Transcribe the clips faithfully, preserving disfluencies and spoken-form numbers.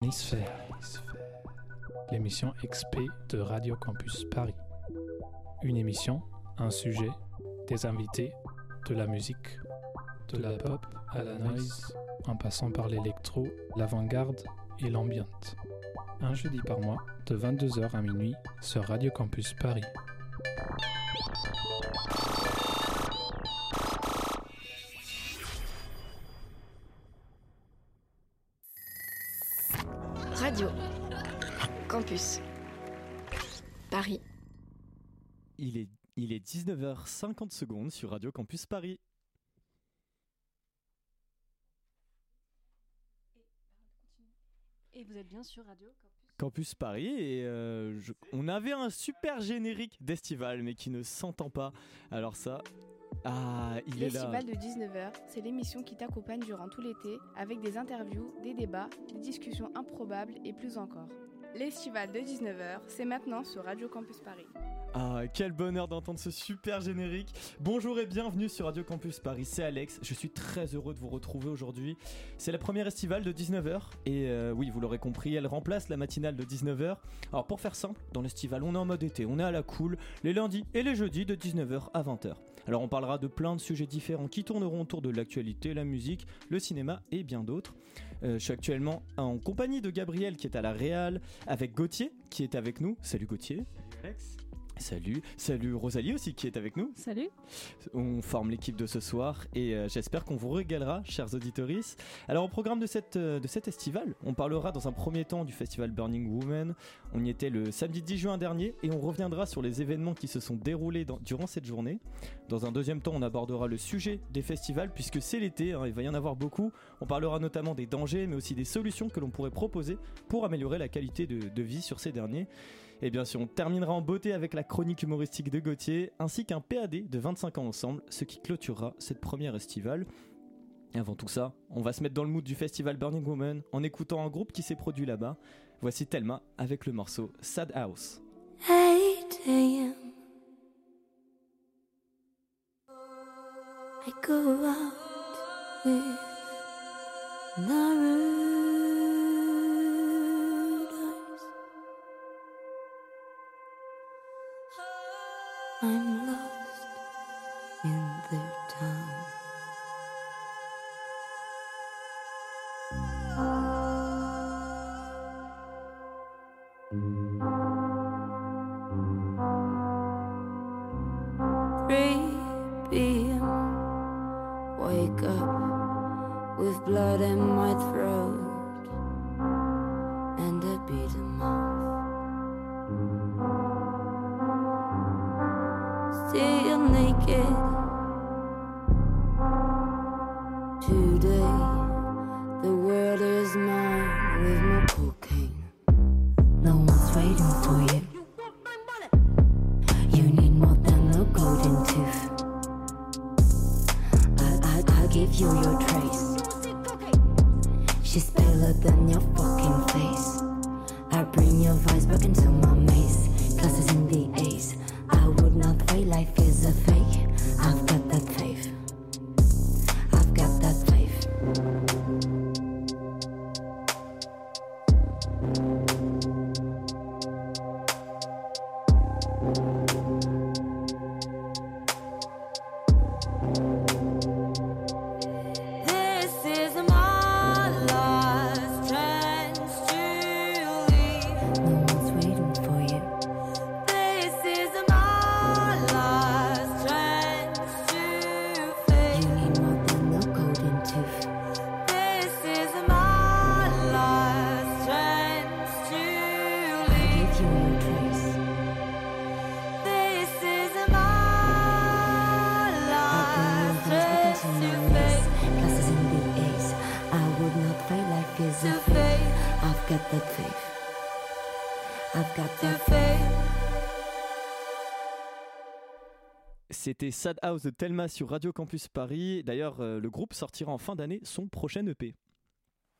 Hémisphère, l'émission X P de Radio Campus Paris. Une émission, un sujet, des invités, de la musique, de la pop à la noise, en passant par l'électro, l'avant-garde et l'ambiante. Un jeudi par mois, de vingt-deux heures à minuit, sur Radio Campus Paris. Radio Campus Paris. Il est, il est dix-neuf heures cinquante secondes sur Radio Campus Paris. Et vous êtes bien sur Radio Campus Campus Paris et euh, je, on avait un super générique d'Estival mais qui ne s'entend pas. Alors ça, ah, il est là. L'Estival de dix-neuf heures, c'est l'émission qui t'accompagne durant tout l'été avec des interviews, des débats, des discussions improbables et plus encore. L'Estival de dix-neuf heures, c'est maintenant sur Radio Campus Paris. Ah, quel bonheur d'entendre ce super générique. Bonjour et bienvenue sur Radio Campus Paris, c'est Alex. Je suis très heureux de vous retrouver aujourd'hui. C'est la première estivale de dix-neuf heures et euh, oui, vous l'aurez compris, elle remplace la matinale de dix-neuf heures. Alors pour faire simple, dans l'estivale, on est en mode été, on est à la cool, les lundis et les jeudis de dix-neuf heures à vingt heures. Alors on parlera de plein de sujets différents qui tourneront autour de l'actualité, la musique, le cinéma et bien d'autres. Euh, je suis actuellement en compagnie de Gabriel qui est à la réal, avec Gauthier qui est avec nous. Salut Gauthier. Alex. Salut, salut Rosalie aussi qui est avec nous. Salut. On forme l'équipe de ce soir et euh, j'espère qu'on vous régalera, chers auditoris. Alors au programme de cette, euh, de cet estival, on parlera dans un premier temps du festival Burning Woman. On y était le samedi dix juin dernier et on reviendra sur les événements qui se sont déroulés dans, durant cette journée. Dans un deuxième temps, on abordera le sujet des festivals puisque c'est l'été, hein, il va y en avoir beaucoup. On parlera notamment des dangers mais aussi des solutions que l'on pourrait proposer pour améliorer la qualité de, de vie sur ces derniers. Et bien sûr, on terminera en beauté avec la chronique humoristique de Gauthier, ainsi qu'un P A D de vingt-cinq ans ensemble, ce qui clôturera cette première estivale. Et avant tout ça, on va se mettre dans le mood du festival Burning Woman en écoutant un groupe qui s'est produit là-bas. Voici Thelma avec le morceau Sad House. eight a.m. I go out with narrow I'm lost in their town. three p.m. Wake up with blood in my throat and a beaten mouth. Still naked today, the world is mine with my cocaine. No one's waiting for you. You need more than a golden tooth. I, I, I'll give you your trace. She's paler than your fucking face. I bring your vibes back into my maze. Classes in the A's. I would not wait, life is a fake. I've got that faith. I've got that faith. This is my last chance to leave. No one's waiting for you. This is my last chance to fade. You need more than a golden tooth. This is my last chance to leave. I give you your trace. This is my last chance to fade. Classes in the A's. I would not fight, life is a fate. I've got that faith. I've got that faith. C'était Sad House de Thelma sur Radio Campus Paris. D'ailleurs, euh, le groupe sortira en fin d'année son prochain E P.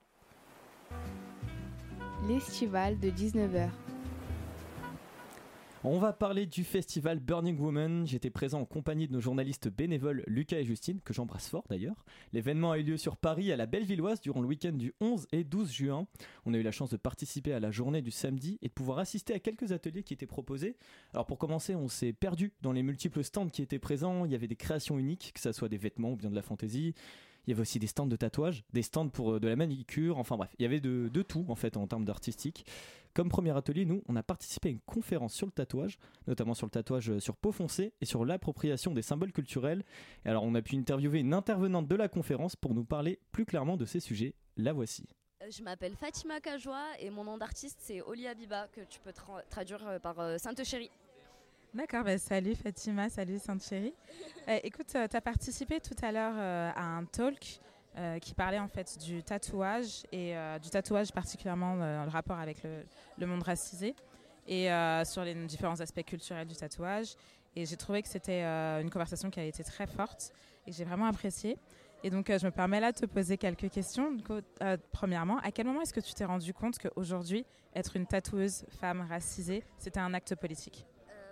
L'Estival de dix-neuf heures. On va parler du festival Burning Woman. J'étais présent en compagnie de nos journalistes bénévoles Lucas et Justine, que j'embrasse fort d'ailleurs. L'événement a eu lieu sur Paris à la Bellevilloise durant le week-end du onze et douze juin. On a eu la chance de participer à la journée du samedi et de pouvoir assister à quelques ateliers qui étaient proposés. Alors pour commencer, on s'est perdu dans les multiples stands qui étaient présents. Il y avait des créations uniques, que ce soit des vêtements ou bien de la fantaisie. Il y avait aussi des stands de tatouage, des stands pour de la manicure, enfin bref, il y avait de, de tout en fait en termes d'artistique. Comme premier atelier, nous, on a participé à une conférence sur le tatouage, notamment sur le tatouage sur peau foncée et sur l'appropriation des symboles culturels. Et alors on a pu interviewer une intervenante de la conférence pour nous parler plus clairement de ces sujets. La voici. Je m'appelle Fatima Kajwa et mon nom d'artiste c'est Oli Habiba, que tu peux tra- traduire par euh, Sainte Chérie. D'accord, bah salut Fatima, salut Sainte Chérie. Euh, écoute, euh, tu as participé tout à l'heure euh, à un talk euh, qui parlait en fait du tatouage et euh, du tatouage particulièrement euh, dans le rapport avec le, le monde racisé et euh, sur les différents aspects culturels du tatouage. Et j'ai trouvé que c'était euh, une conversation qui a été très forte et j'ai vraiment apprécié. Et donc euh, je me permets là de te poser quelques questions. Du coup, euh, premièrement, à quel moment est-ce que tu t'es rendu compte qu'aujourd'hui, être une tatoueuse femme racisée, c'était un acte politique ?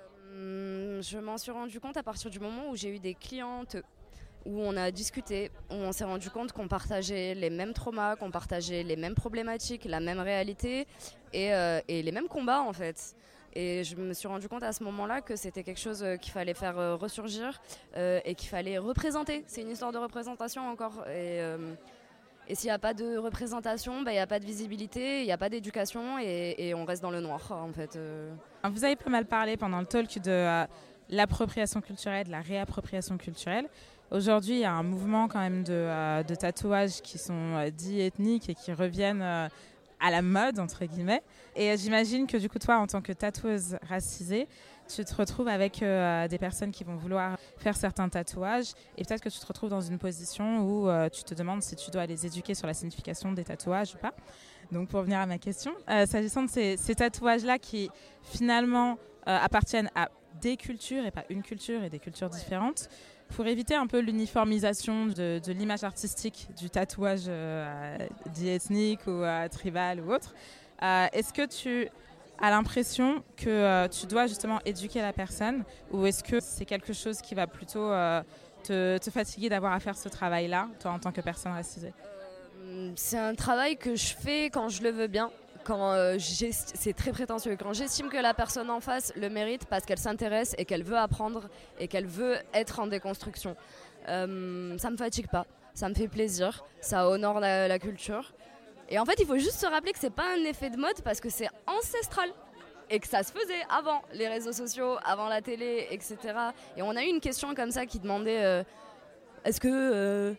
Je m'en suis rendu compte à partir du moment où j'ai eu des clientes, où on a discuté, où on s'est rendu compte qu'on partageait les mêmes traumas, qu'on partageait les mêmes problématiques, la même réalité et, euh, et les mêmes combats en fait. Et je me suis rendu compte à ce moment-là que c'était quelque chose qu'il fallait faire euh, ressurgir euh, et qu'il fallait représenter. C'est une histoire de représentation encore. Et, euh, et s'il n'y a pas de représentation, bah, il n'y a pas de visibilité, il n'y a pas d'éducation et, et on reste dans le noir en fait. Euh. Vous avez pas mal parlé pendant le talk de euh, l'appropriation culturelle, de la réappropriation culturelle. Aujourd'hui, il y a un mouvement quand même de, euh, de tatouages qui sont euh, dits ethniques et qui reviennent euh, à la mode, entre guillemets. Et euh, j'imagine que du coup, toi, en tant que tatoueuse racisée, tu te retrouves avec euh, des personnes qui vont vouloir faire certains tatouages et peut-être que tu te retrouves dans une position où euh, tu te demandes si tu dois les éduquer sur la signification des tatouages ou pas. Donc pour revenir à ma question, euh, s'agissant de ces, ces tatouages-là qui finalement euh, appartiennent à des cultures et pas une culture et des cultures différentes, pour éviter un peu l'uniformisation de, de l'image artistique du tatouage euh, dit ethnique ou euh, tribal ou autre, euh, est-ce que tu as l'impression que euh, tu dois justement éduquer la personne ou est-ce que c'est quelque chose qui va plutôt euh, te, te fatiguer d'avoir à faire ce travail-là, toi en tant que personne racisée ? euh, C'est un travail que je fais quand je le veux bien. Quand euh, c'est très prétentieux, quand j'estime que la personne en face le mérite parce qu'elle s'intéresse et qu'elle veut apprendre et qu'elle veut être en déconstruction. Euh, ça me fatigue pas, ça me fait plaisir, ça honore la, la culture. Et en fait, il faut juste se rappeler que c'est pas un effet de mode parce que c'est ancestral et que ça se faisait avant les réseaux sociaux, avant la télé, et cetera. Et on a eu une question comme ça qui demandait euh, est-ce que euh,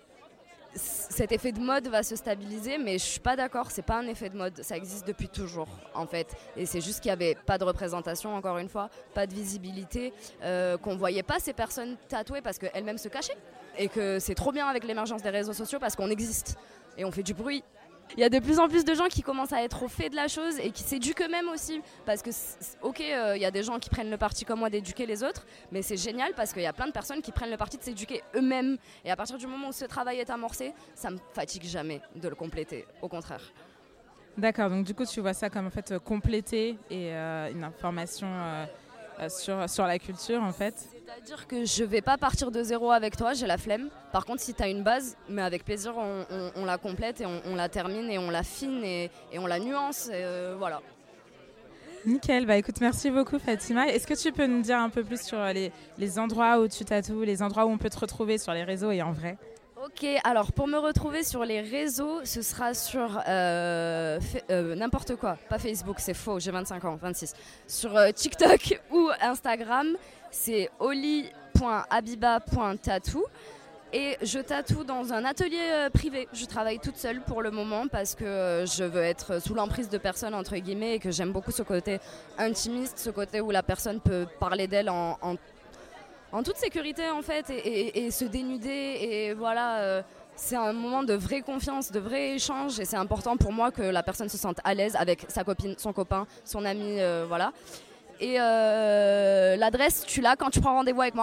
cet effet de mode va se stabiliser, mais je suis pas d'accord, c'est pas un effet de mode, ça existe depuis toujours en fait, et c'est juste qu'il y avait pas de représentation, encore une fois, pas de visibilité, euh, qu'on voyait pas ces personnes tatouées parce qu'elles-mêmes se cachaient, et que c'est trop bien avec l'émergence des réseaux sociaux parce qu'on existe et on fait du bruit. Il y a de plus en plus de gens qui commencent à être au fait de la chose et qui s'éduquent eux-mêmes aussi. Parce que, ok, il euh, y a des gens qui prennent le parti comme moi d'éduquer les autres, mais c'est génial parce qu'il y a plein de personnes qui prennent le parti de s'éduquer eux-mêmes. Et à partir du moment où ce travail est amorcé, ça me fatigue jamais de le compléter, au contraire. D'accord, donc du coup tu vois ça comme en fait euh, compléter et euh, une information euh, euh, sur, sur la culture en fait. C'est-à-dire que je vais pas partir de zéro avec toi, j'ai la flemme. Par contre, si tu as une base, mais avec plaisir, on, on, on la complète et on, on la termine et on l'affine et, et on la nuance. Et euh, voilà. Nickel, bah écoute, merci beaucoup Fatima. Est-ce que tu peux nous dire un peu plus sur les, les endroits où tu tatoues, les endroits où on peut te retrouver sur les réseaux et en vrai ? Ok, alors pour me retrouver sur les réseaux, ce sera sur euh, fa- euh, n'importe quoi, pas Facebook, c'est faux, j'ai vingt-cinq ans, vingt-six. Sur euh, TikTok ou Instagram, c'est oli point habiba point tattoo et je tatoue dans un atelier euh, privé. Je travaille toute seule pour le moment parce que euh, je veux être sous l'emprise de personnes entre guillemets et que j'aime beaucoup ce côté intimiste, ce côté où la personne peut parler d'elle en, en en toute sécurité en fait et, et, et se dénuder et voilà euh, c'est un moment de vraie confiance, de vrai échange et c'est important pour moi que la personne se sente à l'aise avec sa copine, son copain, son ami, euh, voilà. Et euh, l'adresse, tu l'as quand tu prends rendez-vous avec moi.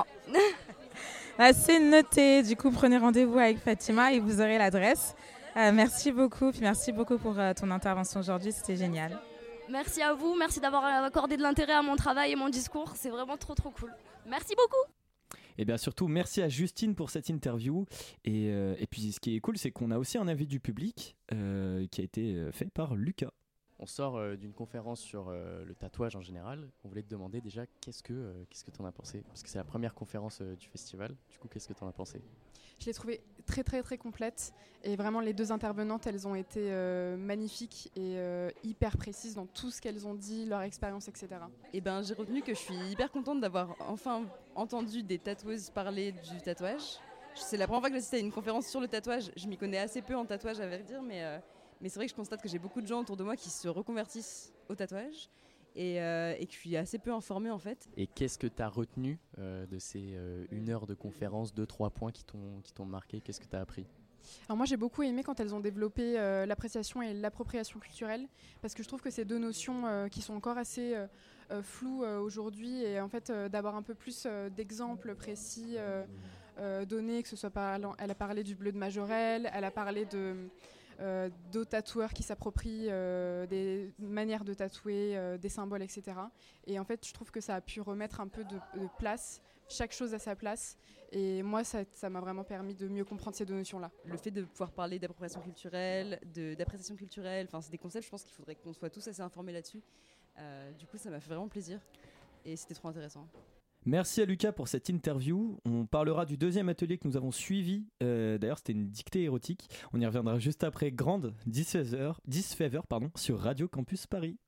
Ah, c'est noté, du coup prenez rendez-vous avec Fatima et vous aurez l'adresse. Euh, merci beaucoup, puis merci beaucoup pour euh, ton intervention aujourd'hui, c'était génial. Merci à vous, merci d'avoir accordé de l'intérêt à mon travail et mon discours. C'est vraiment trop trop cool. Merci beaucoup. Et bien surtout, merci à Justine pour cette interview. Et, euh, et puis ce qui est cool, c'est qu'on a aussi un avis du public euh, qui a été fait par Lucas. On sort euh, d'une conférence sur euh, le tatouage en général. On voulait te demander déjà qu'est-ce que euh, qu'est-ce que t'en as pensé, parce que c'est la première conférence euh, du festival. Du coup, qu'est-ce que t'en as pensé? Je l'ai trouvée très très très complète et vraiment les deux intervenantes, elles ont été euh, magnifiques et euh, hyper précises dans tout ce qu'elles ont dit, leur expérience, et cetera. Et ben j'ai retenu que je suis hyper contente d'avoir enfin entendu des tatoueuses parler du tatouage. C'est la première fois que j'assiste à une conférence sur le tatouage. Je m'y connais assez peu en tatouage à vrai dire, mais euh, mais c'est vrai que je constate que j'ai beaucoup de gens autour de moi qui se reconvertissent au tatouage. Et, euh, et que je suis assez peu informée en fait. Et qu'est-ce que tu as retenu euh, de ces euh, une heure de conférence, deux, trois points qui t'ont, qui t'ont marqué? Qu'est-ce que tu as appris? Alors moi j'ai beaucoup aimé quand elles ont développé euh, l'appréciation et l'appropriation culturelle, parce que je trouve que c'est deux notions euh, qui sont encore assez euh, euh, floues euh, aujourd'hui, et en fait euh, d'avoir un peu plus euh, d'exemples précis euh, euh, donnés, que ce soit par, elle a parlé du bleu de Majorelle, elle a parlé de Euh, d'autres tatoueurs qui s'approprient euh, des manières de tatouer, euh, des symboles, et cetera. Et en fait, je trouve que ça a pu remettre un peu de, de place, chaque chose à sa place. Et moi, ça, ça m'a vraiment permis de mieux comprendre ces deux notions-là. Le fait de pouvoir parler d'appropriation culturelle, de, d'appréciation culturelle, c'est des concepts, je pense qu'il faudrait qu'on soit tous assez informés là-dessus. Euh, du coup, ça m'a fait vraiment plaisir et c'était trop intéressant. Merci à Lucas pour cette interview. On parlera du deuxième atelier que nous avons suivi. Euh, d'ailleurs, c'était une dictée érotique. On y reviendra juste après. Grande, dix Fever, pardon, sur Radio Campus Paris.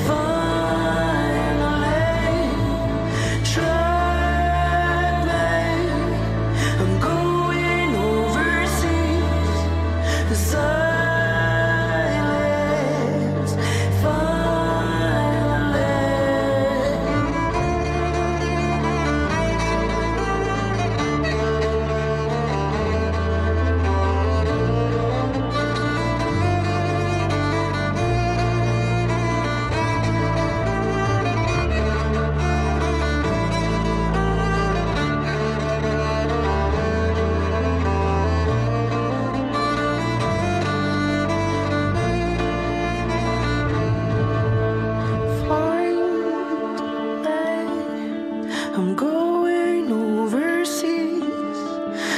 Try me.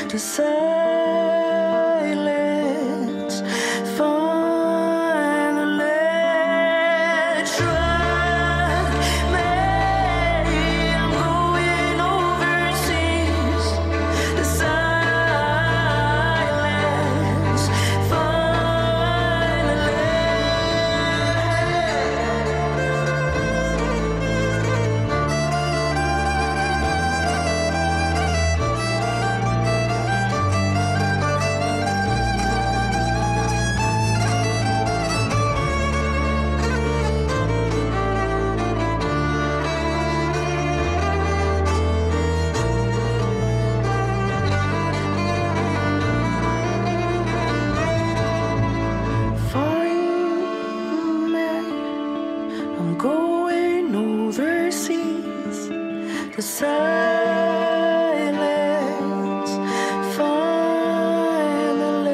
to silence. Finally, track me. I'm going overseas. The silence. Finally. Find me. I'm going overseas. The silence. Finally.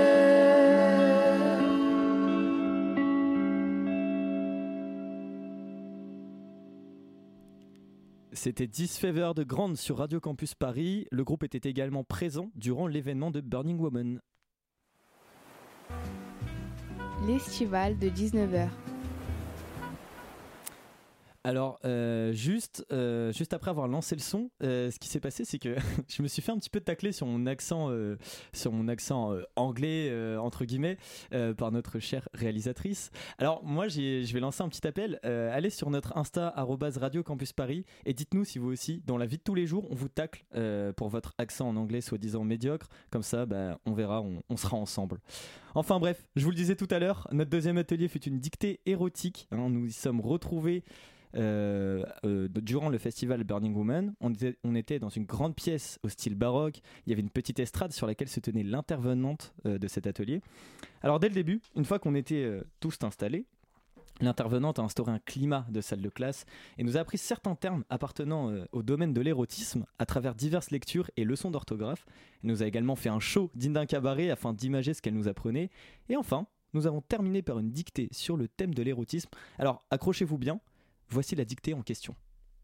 C'était Disfavor de Grande sur Radio Campus Paris. Le groupe était également présent durant l'événement de Burning Woman. L'estival de dix-neuf heures. Alors, euh, juste, euh, juste après avoir lancé le son, euh, ce qui s'est passé, c'est que je me suis fait un petit peu tacler sur mon accent, euh, sur mon accent euh, anglais, euh, entre guillemets, euh, par notre chère réalisatrice. Alors, moi, j'ai, je vais lancer un petit appel. Euh, allez sur notre Insta, arobase Radio Campus Paris, et dites-nous si vous aussi, dans la vie de tous les jours, on vous tacle euh, pour votre accent en anglais soi-disant médiocre. Comme ça, bah, on verra, on, on sera ensemble. Enfin bref, je vous le disais tout à l'heure, notre deuxième atelier fut une dictée érotique. Hein, nous y sommes retrouvés Euh, euh, durant le festival Burning Woman. On était, on était dans une grande pièce au style baroque. Il y avait une petite estrade sur laquelle se tenait l'intervenante euh, de cet atelier. Alors dès le début, une fois qu'on était euh, tous installés, l'intervenante a instauré un climat de salle de classe et nous a appris certains termes appartenant euh, au domaine de l'érotisme à travers diverses lectures et leçons d'orthographe. Elle nous a également fait un show digne d'un cabaret afin d'imager ce qu'elle nous apprenait. Et enfin, nous avons terminé par une dictée sur le thème de l'érotisme. Alors accrochez-vous bien. Voici la dictée en question.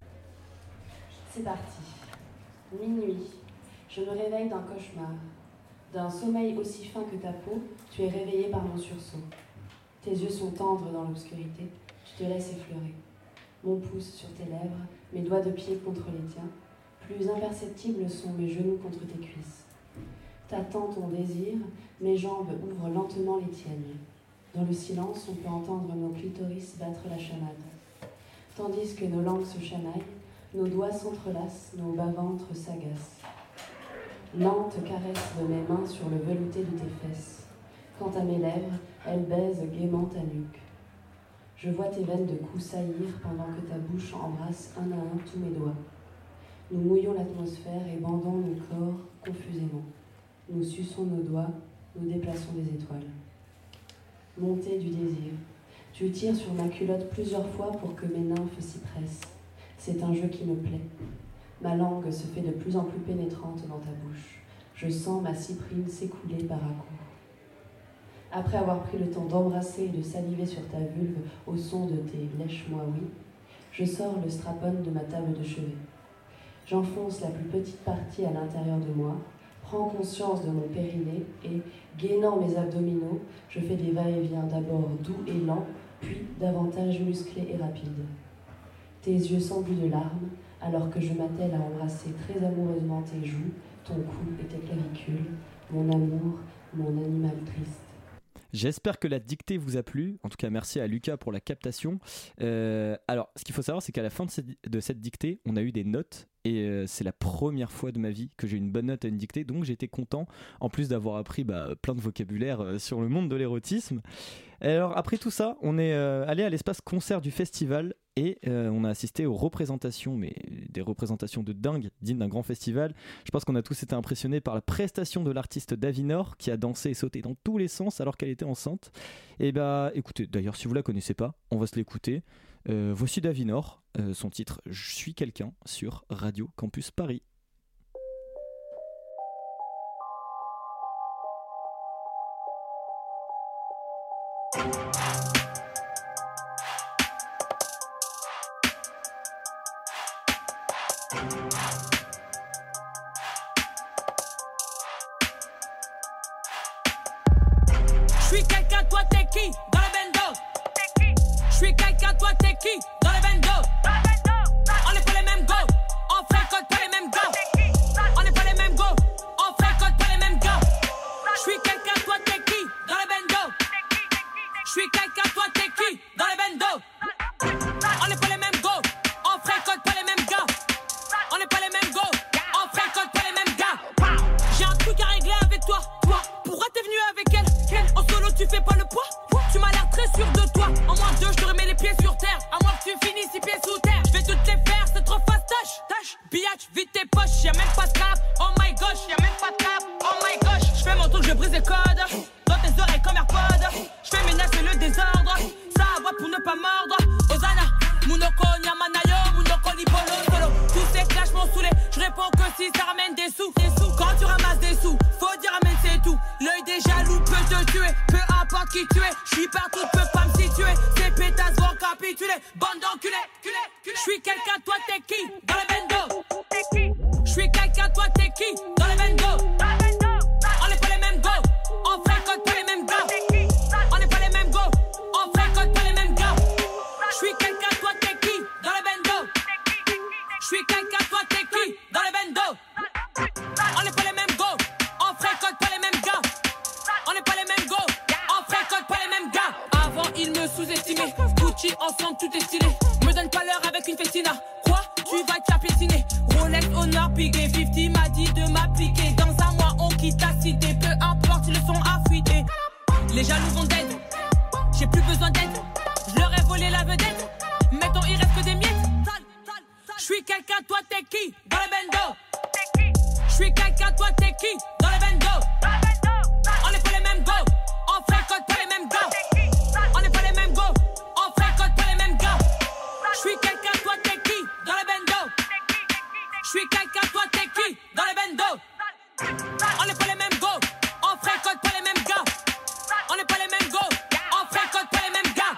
C'est parti. Minuit. Je me réveille d'un cauchemar. D'un sommeil aussi fin que ta peau, tu es réveillé par mon sursaut. Tes yeux sont tendres dans l'obscurité, tu te laisses effleurer. Mon pouce sur tes lèvres, mes doigts de pied contre les tiens. Plus imperceptibles sont mes genoux contre tes cuisses. T'attends ton désir, mes jambes ouvrent lentement les tiennes. Dans le silence, on peut entendre nos clitoris battre la chamade. Tandis que nos langues se chamaillent, nos doigts s'entrelacent, nos bas-ventres s'agacent. Lente caresse de mes mains sur le velouté de tes fesses. Quant à mes lèvres, elles baisent gaiement ta nuque. Je vois tes veines de cou saillir pendant que ta bouche embrasse un à un tous mes doigts. Nous mouillons l'atmosphère et bandons nos corps confusément. Nous suçons nos doigts, nous déplaçons des étoiles. Montée du désir. Tu tires sur ma culotte plusieurs fois pour que mes nymphes s'y pressent. C'est un jeu qui me plaît. Ma langue se fait de plus en plus pénétrante dans ta bouche. Je sens ma cyprine s'écouler par à coups. Après avoir pris le temps d'embrasser et de saliver sur ta vulve au son de tes « lèche-moi oui », je sors le strapon de ma table de chevet. J'enfonce la plus petite partie à l'intérieur de moi, prends conscience de mon périnée et, gainant mes abdominaux, je fais des va-et-vient d'abord doux et lents, puis davantage musclés et rapides. Tes yeux s'embuent de larmes, alors que je m'attelle à embrasser très amoureusement tes joues, ton cou et tes clavicules, mon amour, mon animal triste. J'espère que la dictée vous a plu. En tout cas, merci à Lucas pour la captation. Euh, alors, ce qu'il faut savoir, c'est qu'à la fin de cette, de cette dictée, on a eu des notes. Et euh, c'est la première fois de ma vie que j'ai une bonne note à une dictée. Donc, j'étais content, en plus d'avoir appris bah, plein de vocabulaire euh, sur le monde de l'érotisme. Alors, après tout ça, on est euh, allé à l'espace concert du festival. Et euh, on a assisté aux représentations, mais des représentations de dingue, dignes d'un grand festival. Je pense qu'on a tous été impressionnés par la prestation de l'artiste Davinor, qui a dansé et sauté dans tous les sens alors qu'elle était enceinte. Et bah écoutez, d'ailleurs si vous la connaissez pas, on va se l'écouter. Euh, voici Davinor, euh, son titre « Je suis quelqu'un » sur Radio Campus Paris. J'suis quelqu'un, toi t'es qui? Dans le bendo. J'suis quelqu'un, toi t'es qui? Dans le bendo. On n'est pas les mêmes go. On fréquente pas les mêmes gars. On n'est pas les mêmes go. On fréquente pas les mêmes gars. J'suis quelqu'un, toi t'es qui? Dans le bendo. J'suis quelqu'un, toi t'es qui? Dans le bendo. On n'est pas les mêmes go. On fréquente pas les mêmes gars. On n'est pas les mêmes go. On fréquente pas les mêmes gars. J'ai un truc à régler avec toi. Toi, pourquoi t'es venu avec elle? En solo tu fais pas le poids. Tu m'as l'air très sûr de toi. En moins deux, je te remets les pieds sur terre. À moins que tu finisses six pieds sous terre. Je vais toutes les faire, c'est trop fast tâche. Tâche, billage, vite tes poches. Y'a même pas de cap. Oh my gosh, y'a même pas de cap. Oh my gosh. Je fais mon truc, je brise les codes. Dans tes oreilles comme AirPod. Je fais mes nasses et le désordre. Ça va pour ne pas mordre. Osana, Munoko, Nyamanayo, Munoko, Nipolo, solo. Tous ces clashs m'ont saoulé. Je réponds que si ça ramène des sous. Des sous. Quand tu ramasses des sous, faut dire ramène c'est tout. L'œil des jaloux peut te tuer. Peu importe qui tu es. J'suis partout, peux pas me situer. Ces pétasses vont capituler. Bande d'enculés, culé, culé. J'suis quelqu'un, toi t'es qui? Dans le bendo. J'suis quelqu'un, toi t'es qui? Dans le bendo. On n'est pas les mêmes go. On fréquente pas les mêmes gars. On n'est pas les mêmes go. On fréquente pas les mêmes gars. J'suis quelqu'un, toi t'es qui? Dans le bendo. J'suis quelqu'un, toi t'es qui? Dans le bendo. On n'est pas les mêmes go. On fréquente pas les mêmes gars. On n'est pas les mêmes go. On fréquente pas les mêmes gars. Avant il me sous-estimait. Gucci ensemble tout est stylé. Me donne pas l'heure avec une festina. Quoi? Tu vas te faire piétiner. Rolex, Honor, Piguet, cinquante m'a dit de m'appliquer. Dans un mois on quitte ta cité. Peu importe ils le sont affûtés. Les jaloux vont d'aide. J'ai plus besoin d'aide. Je leur ai volé la vedette. Mettons il reste que des miettes. J'suis quelqu'un, toi t'es qui? Dans le bendo. J'suis quelqu'un, toi t'es qui? Dans le bendo. On n'est pas les mêmes go. On fréquente pas les mêmes gars. On n'est pas les mêmes go. On fréquente pas les mêmes gars. J'suis quelqu'un, toi t'es qui? Dans le bendo. J'suis quelqu'un, toi t'es qui? Dans le bendo. On n'est pas les mêmes go. On fréquente pas les mêmes gars. On n'est pas les mêmes go. On fréquente pas les mêmes gars.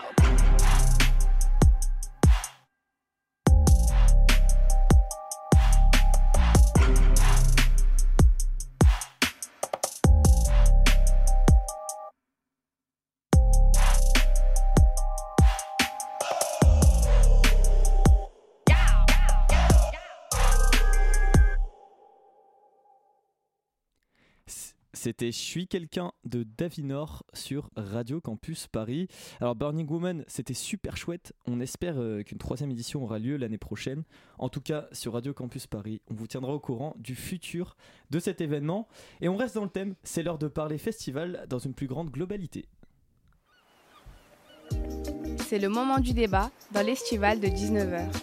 C'était Je suis quelqu'un de Davinor sur Radio Campus Paris. Alors Burning Woman, c'était super chouette. On espère euh, qu'une troisième édition aura lieu l'année prochaine. En tout cas, sur Radio Campus Paris, on vous tiendra au courant du futur de cet événement. Et on reste dans le thème, c'est l'heure de parler festival dans une plus grande globalité. C'est le moment du débat dans l'estival de dix-neuf heures.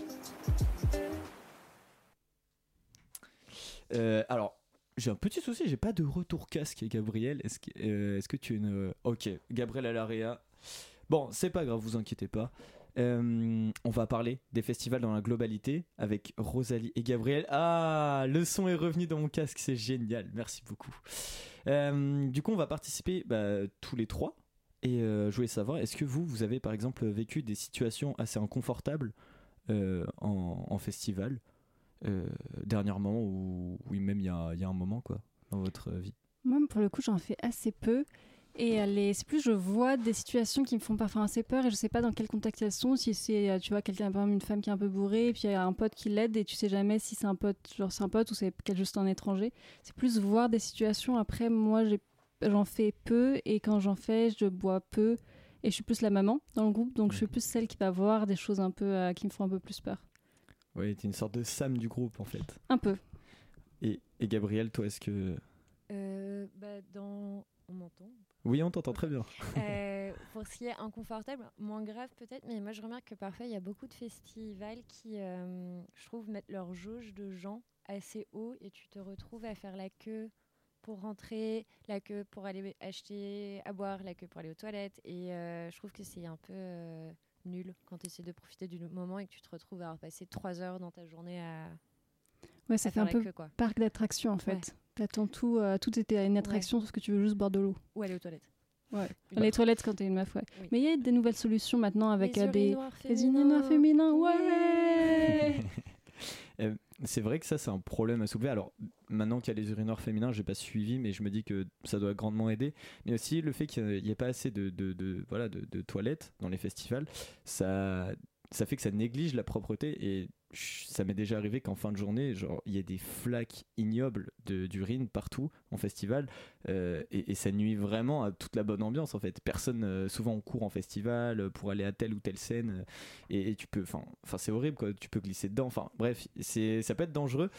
Euh, alors, j'ai un petit souci, j'ai pas de retour casque, Gabriel. Est-ce que, euh, est-ce que tu es une... Ok, Gabriel à l'Area. Bon, c'est pas grave, vous inquiétez pas. Euh, on va parler des festivals dans la globalité avec Rosalie et Gabriel. Ah, le son est revenu dans mon casque, c'est génial, merci beaucoup. Euh, du coup, on va participer bah, tous les trois. Et euh, je voulais savoir, est-ce que vous, vous avez par exemple vécu des situations assez inconfortables euh, en, en festival euh, dernièrement, ou oui, même il y a, y a un moment quoi, dans votre vie? Moi, pour le coup, j'en fais assez peu. Et les, c'est plus je vois des situations qui me font parfois assez peur et je sais pas dans quel contexte elles sont. Si c'est, tu vois, quelqu'un, par exemple, une femme qui est un peu bourrée et puis il y a un pote qui l'aide et tu sais jamais si c'est un pote, genre c'est un pote ou c'est juste un étranger. C'est plus voir des situations. Après, moi, j'ai, j'en fais peu et quand j'en fais, je bois peu et je suis plus la maman dans le groupe. Donc, je suis plus celle qui va voir des choses un peu euh, qui me font un peu plus peur. Oui, t'es une sorte de Sam du groupe en fait. Un peu. Et, et Gabriel, toi, est-ce que... Euh, bah, dans... On m'entend? Oui, on t'entend très bien. euh, pour ce qui est inconfortable, moins grave peut-être, mais moi je remarque que parfois il y a beaucoup de festivals qui, euh, je trouve, mettent leur jauge de gens assez haut et tu te retrouves à faire la queue pour rentrer, la queue pour aller acheter à boire, la queue pour aller aux toilettes. Et euh, je trouve que c'est un peu euh, nul quand tu essaies de profiter du moment et que tu te retrouves à avoir passé trois heures dans ta journée à... Ouais, ça à fait un peu queue, quoi. Parc d'attractions en fait. Ouais. T'attends tout, euh, tout était une attraction, ouais. Sauf que tu veux juste boire de l'eau. Ou aller aux toilettes. Ouais. Les toilettes quand t'es une meuf, ouais. Oui. Mais il y a des nouvelles solutions maintenant avec les euh, des urinoirs les urinoirs féminins, ouais. euh, c'est vrai que ça, c'est un problème à soulever. Alors, maintenant qu'il y a les urinoirs féminins, j'ai pas suivi, mais je me dis que ça doit grandement aider. Mais aussi, le fait qu'il n'y ait pas assez de, de, de, voilà, de, de toilettes dans les festivals, ça, ça fait que ça néglige la propreté. Et ça m'est déjà arrivé qu'en fin de journée, genre, il y ait des flaques ignobles de, d'urine partout en festival. Euh, et, et ça nuit vraiment à toute la bonne ambiance, en fait. Personne, euh, souvent, on court en festival pour aller à telle ou telle scène. Euh, et, et tu peux, enfin, c'est horrible, quoi. Tu peux glisser dedans. Enfin, bref, c'est, ça peut être dangereux.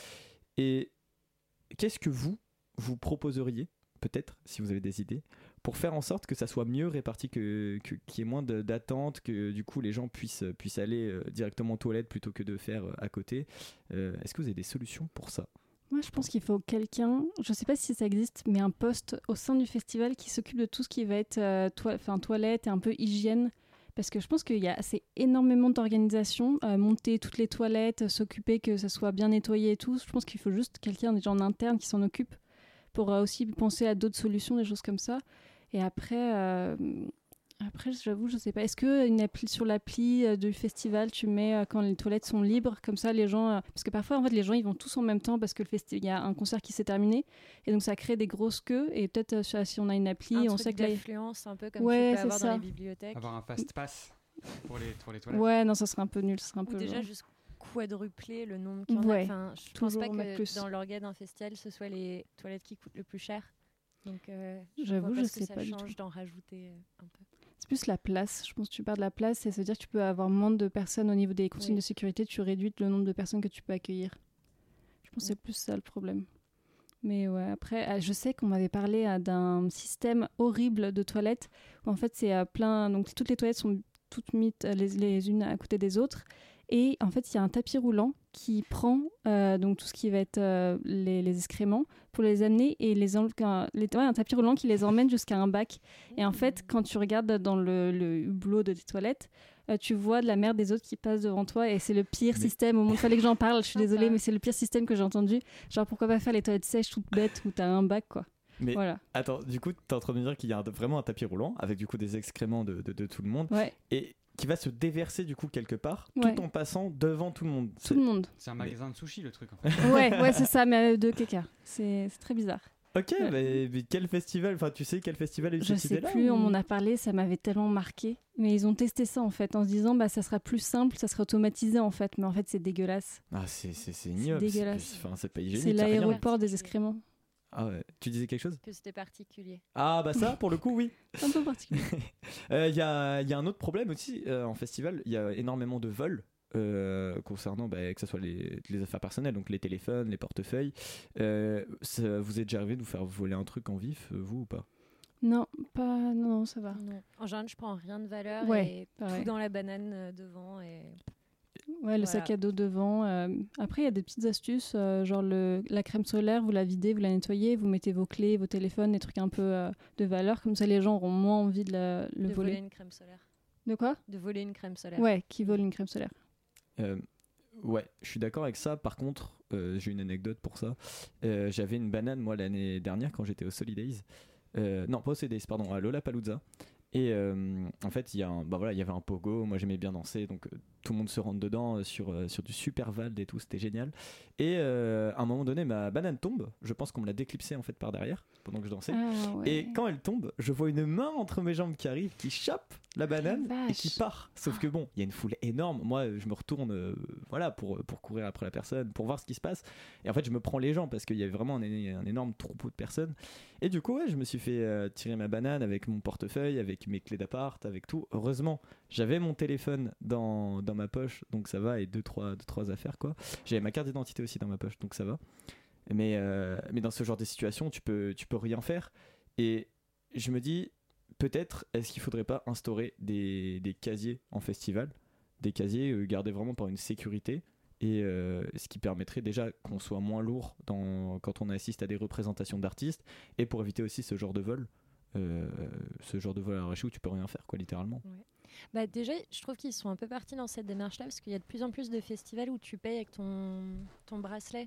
Et qu'est-ce que vous, vous proposeriez, peut-être, si vous avez des idées, pour faire en sorte que ça soit mieux réparti, que, que, qu'il y ait moins de, d'attente, que du coup les gens puissent, puissent aller euh, directement aux toilettes plutôt que de faire euh, à côté. Euh, est-ce que vous avez des solutions pour ça ? Moi, je pense qu'il faut quelqu'un, je ne sais pas si ça existe, mais un poste au sein du festival qui s'occupe de tout ce qui va être euh, toi, enfin, toilette et un peu hygiène. Parce que je pense qu'il y a assez énormément d'organisation, euh, monter toutes les toilettes, s'occuper que ça soit bien nettoyé et tout. Je pense qu'il faut juste quelqu'un déjà en interne qui s'en occupe pour euh, aussi penser à d'autres solutions, des choses comme ça. Et après, euh, après j'avoue, je sais pas. Est-ce que une appli, sur l'appli euh, du festival, tu mets euh, quand les toilettes sont libres, comme ça les gens, euh, parce que parfois en fait les gens ils vont tous en même temps parce que le festi- il y a un concert qui s'est terminé et donc ça crée des grosses queues et peut-être euh, si on a une appli, un on truc sait que là, d'affluence, un peu comme ouais, tu peux avoir ça. dans les bibliothèques. Avoir un fast pass pour les, pour les toilettes. Ouais, non, ça serait un peu nul, ça serait un Ou peu déjà long. juste quadrupler le nombre qu'il y en Ouais, a. Enfin, je pense toujours pas en mettre que plus. dans l'orga d'un festival, ce soit les toilettes qui coûtent le plus cher. Donc, euh, J'avoue, vois je pas ce que sais ça pas du change tout. d'en rajouter euh, un peu. C'est plus la place. Je pense que tu perds de la place et ça veut dire que tu peux avoir moins de personnes au niveau des consignes Oui. de sécurité. Tu réduis le nombre de personnes que tu peux accueillir. Je pense que c'est plus ça le problème. Mais ouais, après, ah, je sais qu'on m'avait parlé ah, d'un système horrible de toilettes où en fait c'est ah, plein. Donc toutes les toilettes sont toutes mises ah, les, les unes à côté des autres. Et en fait, il y a un tapis roulant qui prend euh, donc tout ce qui va être euh, les, les excréments pour les amener et les enlever. Les, ouais, un tapis roulant qui les emmène jusqu'à un bac. Et en fait, quand tu regardes dans le, le hublot de tes toilettes, euh, tu vois de la merde des autres qui passent devant toi et c'est le pire Mais- système. Au moment où il fallait que j'en parle, je suis désolée, mais c'est le pire système que j'ai entendu. Genre, pourquoi pas faire les toilettes sèches toutes bêtes où t'as un bac, quoi. Mais Voilà. attends, du coup, t'es en train de me dire qu'il y a un- vraiment un tapis roulant avec du coup des excréments de, de, de tout le monde Ouais. et qui va se déverser du coup quelque part Ouais. tout en passant devant tout le monde. Tout le monde. C'est un magasin de sushi le truc en fait. Ouais, ouais, c'est ça, mais avec de caca. C'est c'est très bizarre. Ok, mais, mais quel festival, enfin tu sais quel festival a eu Je cette sais idée-là plus, ou- on m'en a parlé, ça m'avait tellement marqué. Mais ils ont testé ça en fait, en se disant bah ça sera plus simple, ça sera automatisé en fait. Mais en fait c'est dégueulasse. Ah c'est c'est c'est ignoble, c'est dégueulasse. enfin c'est pas hygiénique. C'est y a rien. l'aéroport des excréments. Ah ouais, tu disais quelque chose? Que c'était particulier. Ah bah ça pour le coup oui. Un peu particulier. Il euh, y, a, y a un autre problème aussi euh, en festival, il y a énormément de vols euh, concernant bah, que ce soit les, les affaires personnelles, donc les téléphones, les portefeuilles. Euh, ça vous est déjà arrivé de vous faire voler un truc en vif, euh, vous ou pas? Non, pas. Non, non, ça va. Non. En général, je prends rien de valeur Ouais, et pareil. tout dans la banane euh, devant. Et... Ouais, le Voilà. sac à dos devant. euh, Après, il y a des petites astuces, euh, genre le, la crème solaire, vous la videz, vous la nettoyez, vous mettez vos clés, vos téléphones, des trucs un peu euh, de valeur, comme ça les gens auront moins envie de la- le de voler. voler une crème solaire. De quoi? De voler une crème solaire. Ouais, qui vole une crème solaire. Euh, ouais, je suis d'accord avec ça. Par contre, euh, j'ai une anecdote pour ça. Euh, j'avais une banane, moi, l'année dernière, quand j'étais au Solidays. Euh, non, pas au Solidays, pardon, à Lollapalooza. Et euh, en fait, il y, a un- bah voilà, il y avait un pogo. Moi, j'aimais bien danser. Donc, euh, tout le monde se rentre dedans euh, sur, euh, sur du super Vald et tout. C'était génial. Et euh, à un moment donné, ma banane tombe. Je pense qu'on me l'a déclipsée en fait par derrière pendant que je dansais. Ah, ouais. Et quand elle tombe, je vois une main entre mes jambes qui arrive, qui chope la banane et qui vache. part. Sauf que bon, il y a une foule énorme. Moi, je me retourne euh, voilà, pour, pour courir après la personne, pour voir ce qui se passe. Et en fait, je me prends les gens parce qu'il y avait vraiment un, un énorme troupeau de personnes. Et du coup, ouais, je me suis fait euh, tirer ma banane avec mon portefeuille, avec mes clés d'appart, avec tout. Heureusement, j'avais mon téléphone dans, dans ma poche, donc ça va, et deux trois, deux, trois affaires, quoi. J'avais ma carte d'identité aussi dans ma poche, donc ça va. Mais, euh, mais dans ce genre de situation, tu peux, tu peux rien faire. Et je me dis, peut-être, est-ce qu'il faudrait pas instaurer des, des casiers en festival, des casiers euh, gardés vraiment par une sécurité, et euh, ce qui permettrait déjà qu'on soit moins lourd dans, quand on assiste à des représentations d'artistes, et pour éviter aussi ce genre de vol, euh, ce genre de vol à l'arraché où tu peux rien faire, quoi, littéralement. Ouais. Bah déjà, je trouve qu'ils sont un peu partis dans cette démarche-là parce qu'il y a de plus en plus de festivals où tu payes avec ton, ton bracelet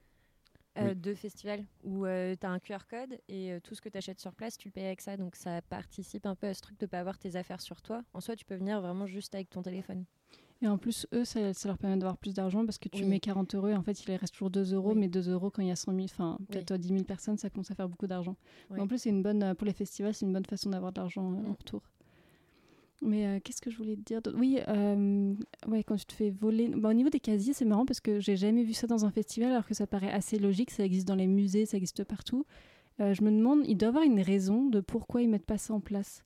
euh, Oui. de festival, où tu as un Q R code et euh, tout ce que tu achètes sur place, tu le payes avec ça. Donc ça participe un peu à ce truc de ne pas avoir tes affaires sur toi. En soi, tu peux venir vraiment juste avec ton téléphone. Et en plus, eux, ça, ça leur permet d'avoir plus d'argent parce que tu Oui. mets quarante euros et en fait, il reste toujours deux euros. Oui. Mais deux euros, quand il y a cent mille, enfin, Oui. peut-être dix mille personnes, ça commence à faire beaucoup d'argent. Oui. Mais en plus, c'est une bonne, euh, pour les festivals, c'est une bonne façon d'avoir de l'argent euh, en retour. Mais euh, qu'est-ce que je voulais te dire d'autre ? Oui, euh, ouais, quand tu te fais voler. Bah, au niveau des casiers, c'est marrant parce que j'ai jamais vu ça dans un festival alors que ça paraît assez logique. Ça existe dans les musées, ça existe partout. Euh, je me demande, il doit y avoir une raison de pourquoi ils mettent pas ça en place.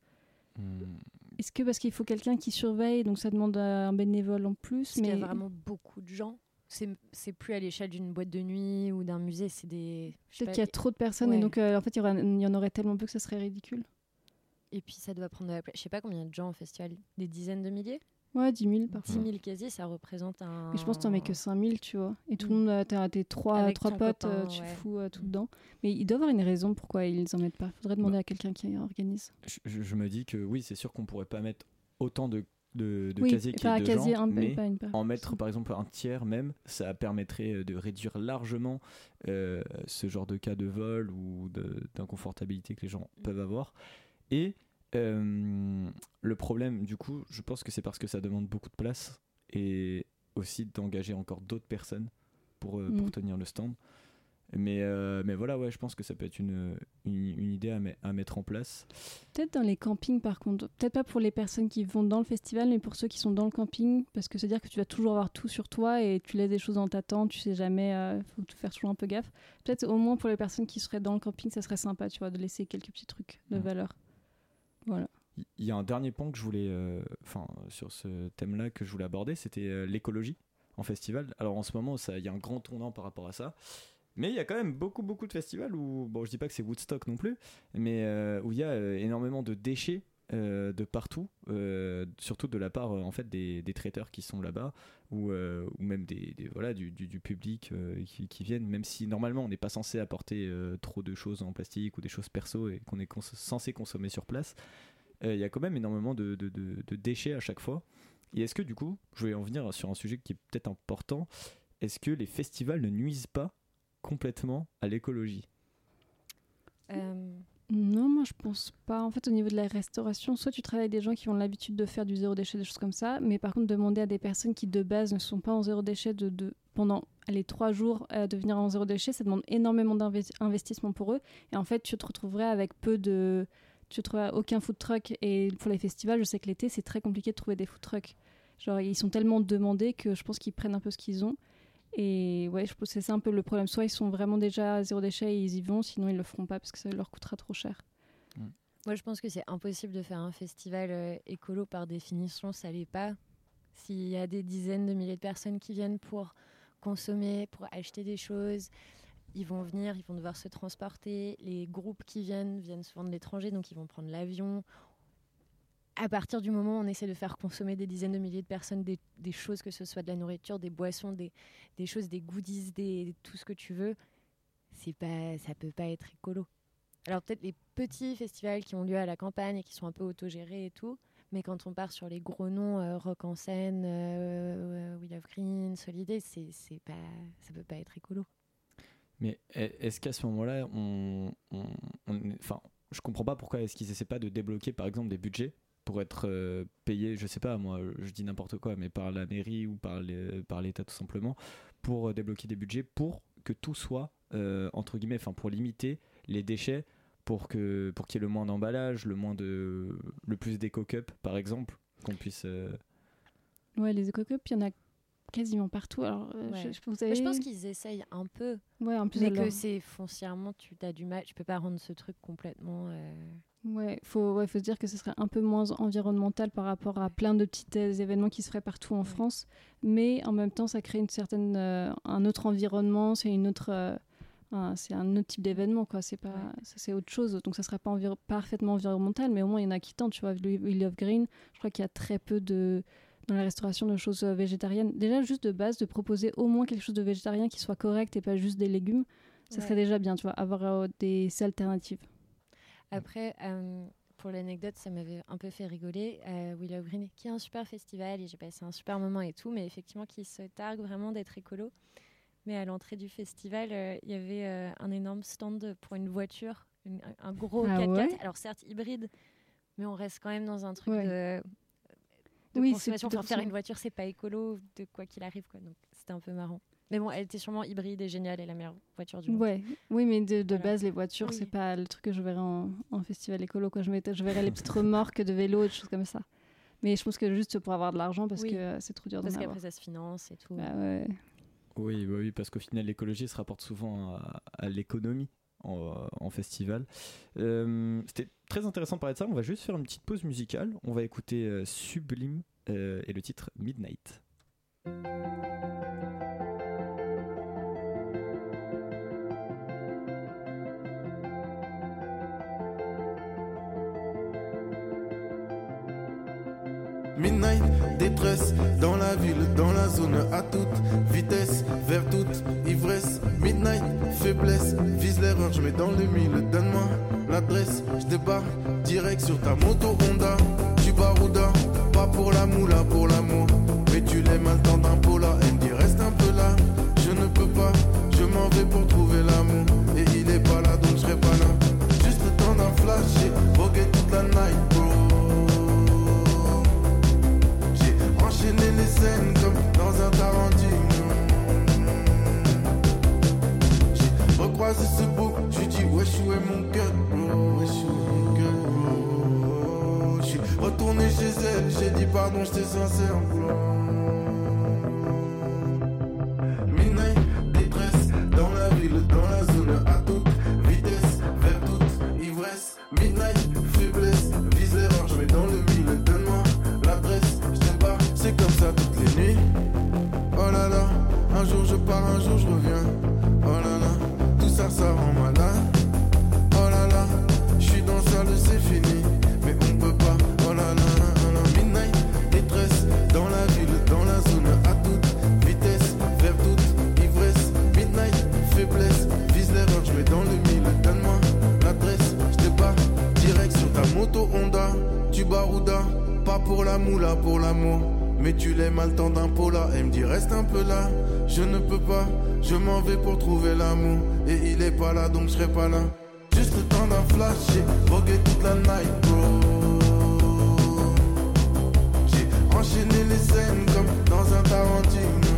Est-ce que parce qu'il faut quelqu'un qui surveille, donc ça demande euh, un bénévole en plus Parce mais... qu'il y a vraiment beaucoup de gens. C'est, c'est plus à l'échelle d'une boîte de nuit ou d'un musée, c'est des... je sais Peut-être pas, qu'il y a trop de personnes ouais. et donc euh, en fait il y, aura- il y en aurait tellement peu que ça serait ridicule. Et puis ça doit prendre de la place. Je sais pas combien de gens au festival. Des dizaines de milliers ? Ouais, dix mille parfois. dix mille casiers, ça représente un... Mais je pense que t'en mets que cinq mille, tu vois. Et tout le Mm. monde, euh, t'as tes trois, Avec trois ton potes, copain, euh, tu ouais. fous euh, tout dedans. Mais il doit y avoir une raison pourquoi ils en mettent pas. Faudrait demander Bah. à quelqu'un qui organise. Je, je- je me dis que oui, c'est sûr qu'on pourrait pas mettre autant de, de, de Oui, casiers qu'il y pas a un de casier, gens, un- mais pas une part. en mettre par exemple un tiers même, ça permettrait euh, de réduire largement euh, ce genre de cas de vol ou de- d'inconfortabilité que les gens peuvent avoir. Et euh, le problème, du coup, je pense que c'est parce que ça demande beaucoup de place et aussi d'engager encore d'autres personnes pour, euh, pour Mm. tenir le stand. Mais, euh, mais voilà, ouais, je pense que ça peut être une, une, une idée à, me- à mettre en place. Peut-être dans les campings par contre. Peut-être pas pour les personnes qui vont dans le festival, mais pour ceux qui sont dans le camping. Parce que c'est-à-dire que tu vas toujours avoir tout sur toi et tu laisses des choses dans ta tente, tu sais jamais, il faut tout faire toujours un peu gaffe. Peut-être au moins pour les personnes qui seraient dans le camping, ça serait sympa, tu vois, de laisser quelques petits trucs de Mm. valeur. Voilà. Il y a un dernier point que je voulais, euh, enfin, sur ce thème-là que je voulais aborder, c'était euh, l'écologie en festival. Alors en ce moment, ça- il y a un grand tournant par rapport à ça. Mais il y a quand même beaucoup, beaucoup de festivals où, bon, je dis pas que c'est Woodstock non plus, mais euh, où il y a euh, énormément de déchets euh, de partout, euh, surtout de la part euh, en fait des, des traiteurs qui sont là-bas, ou, euh, ou même des, des- voilà du, du, du public euh, qui, qui viennent. Même si normalement on n'est pas censé apporter euh, trop de choses en plastique ou des choses perso et qu'on est cons- censé consommer sur place, euh, il y a quand même énormément de, de, de, de déchets à chaque fois. Et est-ce que du coup, je vais en venir sur un sujet qui est peut-être important, est-ce que les festivals ne nuisent pas complètement à l'écologie? Euh, Non, moi je pense pas. En fait, au niveau de la restauration, soit tu travailles avec des gens qui ont l'habitude de faire du zéro déchet, des choses comme ça, mais par contre, demander à des personnes qui de base ne sont pas en zéro déchet de, de pendant les trois jours euh, de venir en zéro déchet, ça demande énormément d'investissement pour eux. Et en fait, tu te retrouverais avec peu de. Tu ne trouveras aucun food truck. Et pour les festivals, je sais que l'été, c'est très compliqué de trouver des food trucks. Genre, ils sont tellement demandés que je pense qu'ils prennent un peu ce qu'ils ont. Et ouais, je pense que c'est ça un peu le problème. Soit ils sont vraiment déjà à zéro déchet et ils y vont, sinon ils le feront pas parce que ça leur coûtera trop cher. Moi, je pense que c'est impossible de faire un festival euh, écolo par définition, ça l'est pas. S'il y a des dizaines de milliers de personnes qui viennent pour consommer, pour acheter des choses, ils vont venir, ils vont devoir se transporter. Les groupes qui viennent viennent souvent de l'étranger, donc ils vont prendre l'avion. À partir du moment où on essaie de faire consommer des dizaines de milliers de personnes des, des choses, que ce soit de la nourriture, des boissons, des, des choses, des goodies, des, tout ce que tu veux, c'est pas, ça peut pas être écolo. Alors peut-être les petits festivals qui ont lieu à la campagne et qui sont un peu autogérés et tout, mais quand on part sur les gros noms, euh, Rock en Seine, euh, We Love Green, Soliday, c'est, c'est pas, ça peut pas être écolo. Mais est-ce qu'à ce moment-là, on, on, on- enfin, je comprends pas pourquoi est-ce qu'ils essaient pas de débloquer par exemple des budgets pour être euh, payés, je sais pas, moi, je dis n'importe quoi, mais par la mairie ou par les- par l'État tout simplement, pour euh, débloquer des budgets pour que tout soit euh, entre guillemets, enfin pour limiter les déchets, pour que pour qu'il y ait le moins d'emballage, le moins de, le plus d'éco-cups par exemple, qu'on puisse. euh, Ouais, les éco-cups, il y en a quasiment partout. Alors, euh, Ouais. je, je, vous Mais avez... je pense qu'ils essayent un peu, Ouais, en plus mais de que leur- c'est foncièrement, tu as du mal, tu peux pas rendre ce truc complètement... euh, Ouais, faut, ouais, faut se dire que ce serait un peu moins environnemental par rapport à plein de petits euh, événements qui se feraient partout en France, mais en même temps, ça crée une certaine, euh, un autre environnement, c'est une autre, euh, un, c'est un autre type d'événement, quoi. C'est pas, ça, c'est autre chose. Donc, ça serait pas enviro- parfaitement environnemental, mais au moins il y en a qui tentent. Tu vois, We Love Green, je crois qu'il y a très peu de dans la restauration de choses euh, végétariennes. Déjà, juste de base, de proposer au moins quelque chose de végétarien qui soit correct et pas juste des légumes, ça Ouais. serait déjà bien, tu vois, avoir euh, des alternatives. Après, euh, pour l'anecdote, ça m'avait un peu fait rigoler. Euh, We Love Green, qui est un super festival, et j'ai passé un super moment et tout, mais effectivement, qui se targue vraiment d'être écolo. Mais à l'entrée du festival, euh, il y avait euh, un énorme stand pour une voiture, une- un, un gros Ah quatre-quatre. ouais Alors certes hybride, mais on reste quand même dans un truc Ouais. de... de Oui, consommation. c'est Enfin, faire plutôt- une voiture, c'est pas écolo de quoi qu'il arrive, quoi. Donc c'était un peu marrant. Mais bon, elle était sûrement hybride et géniale et la meilleure voiture du monde. Ouais, oui, mais de, de Voilà. base, les voitures, Oui. c'est pas le truc que je verrais en, en festival écolo. Quoi. Je, mettais- je verrais les petites remorques de vélo et des choses comme ça. Mais je pense que juste pour avoir de l'argent, parce Oui. que euh, c'est trop dur Parce d'en avoir. qu'après ça se finance et tout. Bah ouais. Oui, oui, oui, parce qu'au final, l'écologie se rapporte souvent à, à l'économie en, en festival. Euh, C'était très intéressant de parler de ça. On va juste faire une petite pause musicale. On va écouter euh, Sublime euh, et le titre Midnight. Midnight, détresse, dans la ville, dans la zone à toute vitesse, vers toute ivresse. Midnight, faiblesse, vise l'erreur, je mets dans le mille. Donne-moi l'adresse, je débarque direct sur ta moto Honda. Tu barouda, pas pour la moula, pour l'amour. Mais tu l'aimes à le temps d'un pola, elle me dit reste un peu là. Je ne peux pas, je m'en vais pour trouver l'amour. Et il est pas là, donc je serai pas là. Juste le temps d'un flash, j'ai vogué toute la night, bro. Enchaîner les scènes comme dans un Tarantino. J'ai recroisé ce beau, j'ai dit wesh où est mon cœur, bro. Wesh où est mon cœur, bro. J'suis retourné chez elle, j'ai dit pardon, j'étais sincère, bro. Midnight, détresse, dans la ville, dans la zone à toute vitesse, vers toute ivresse. Midnight, faiblesse, vise l'erreur, je mets dans le mille, donne-moi l'adresse. C'est comme ça toutes les nuits. Oh là là, un jour je pars, un jour je reviens. Oh là là, tout ça ça rend malade. Oh là là, je suis dans ça, c'est fini. Mais on peut pas. Oh là là, là, là. Midnight, détresse, dans la ville, dans la zone à toute vitesse, vers toute ivresse. Midnight, faiblesse, vise l'erreur, je mets dans le mille. Donne-moi l'adresse, je débarque direct sur ta moto Honda. Tu barouda, pas pour la moula, pour l'amour. Mais tu l'aimes à le temps d'un pola. Elle me dit reste un peu là. Je ne peux pas, je m'en vais pour trouver l'amour. Et il est pas là donc je serai pas là. Juste le temps d'un flash, j'ai vogué toute la night, bro. J'ai enchaîné les scènes comme dans un Tarantino.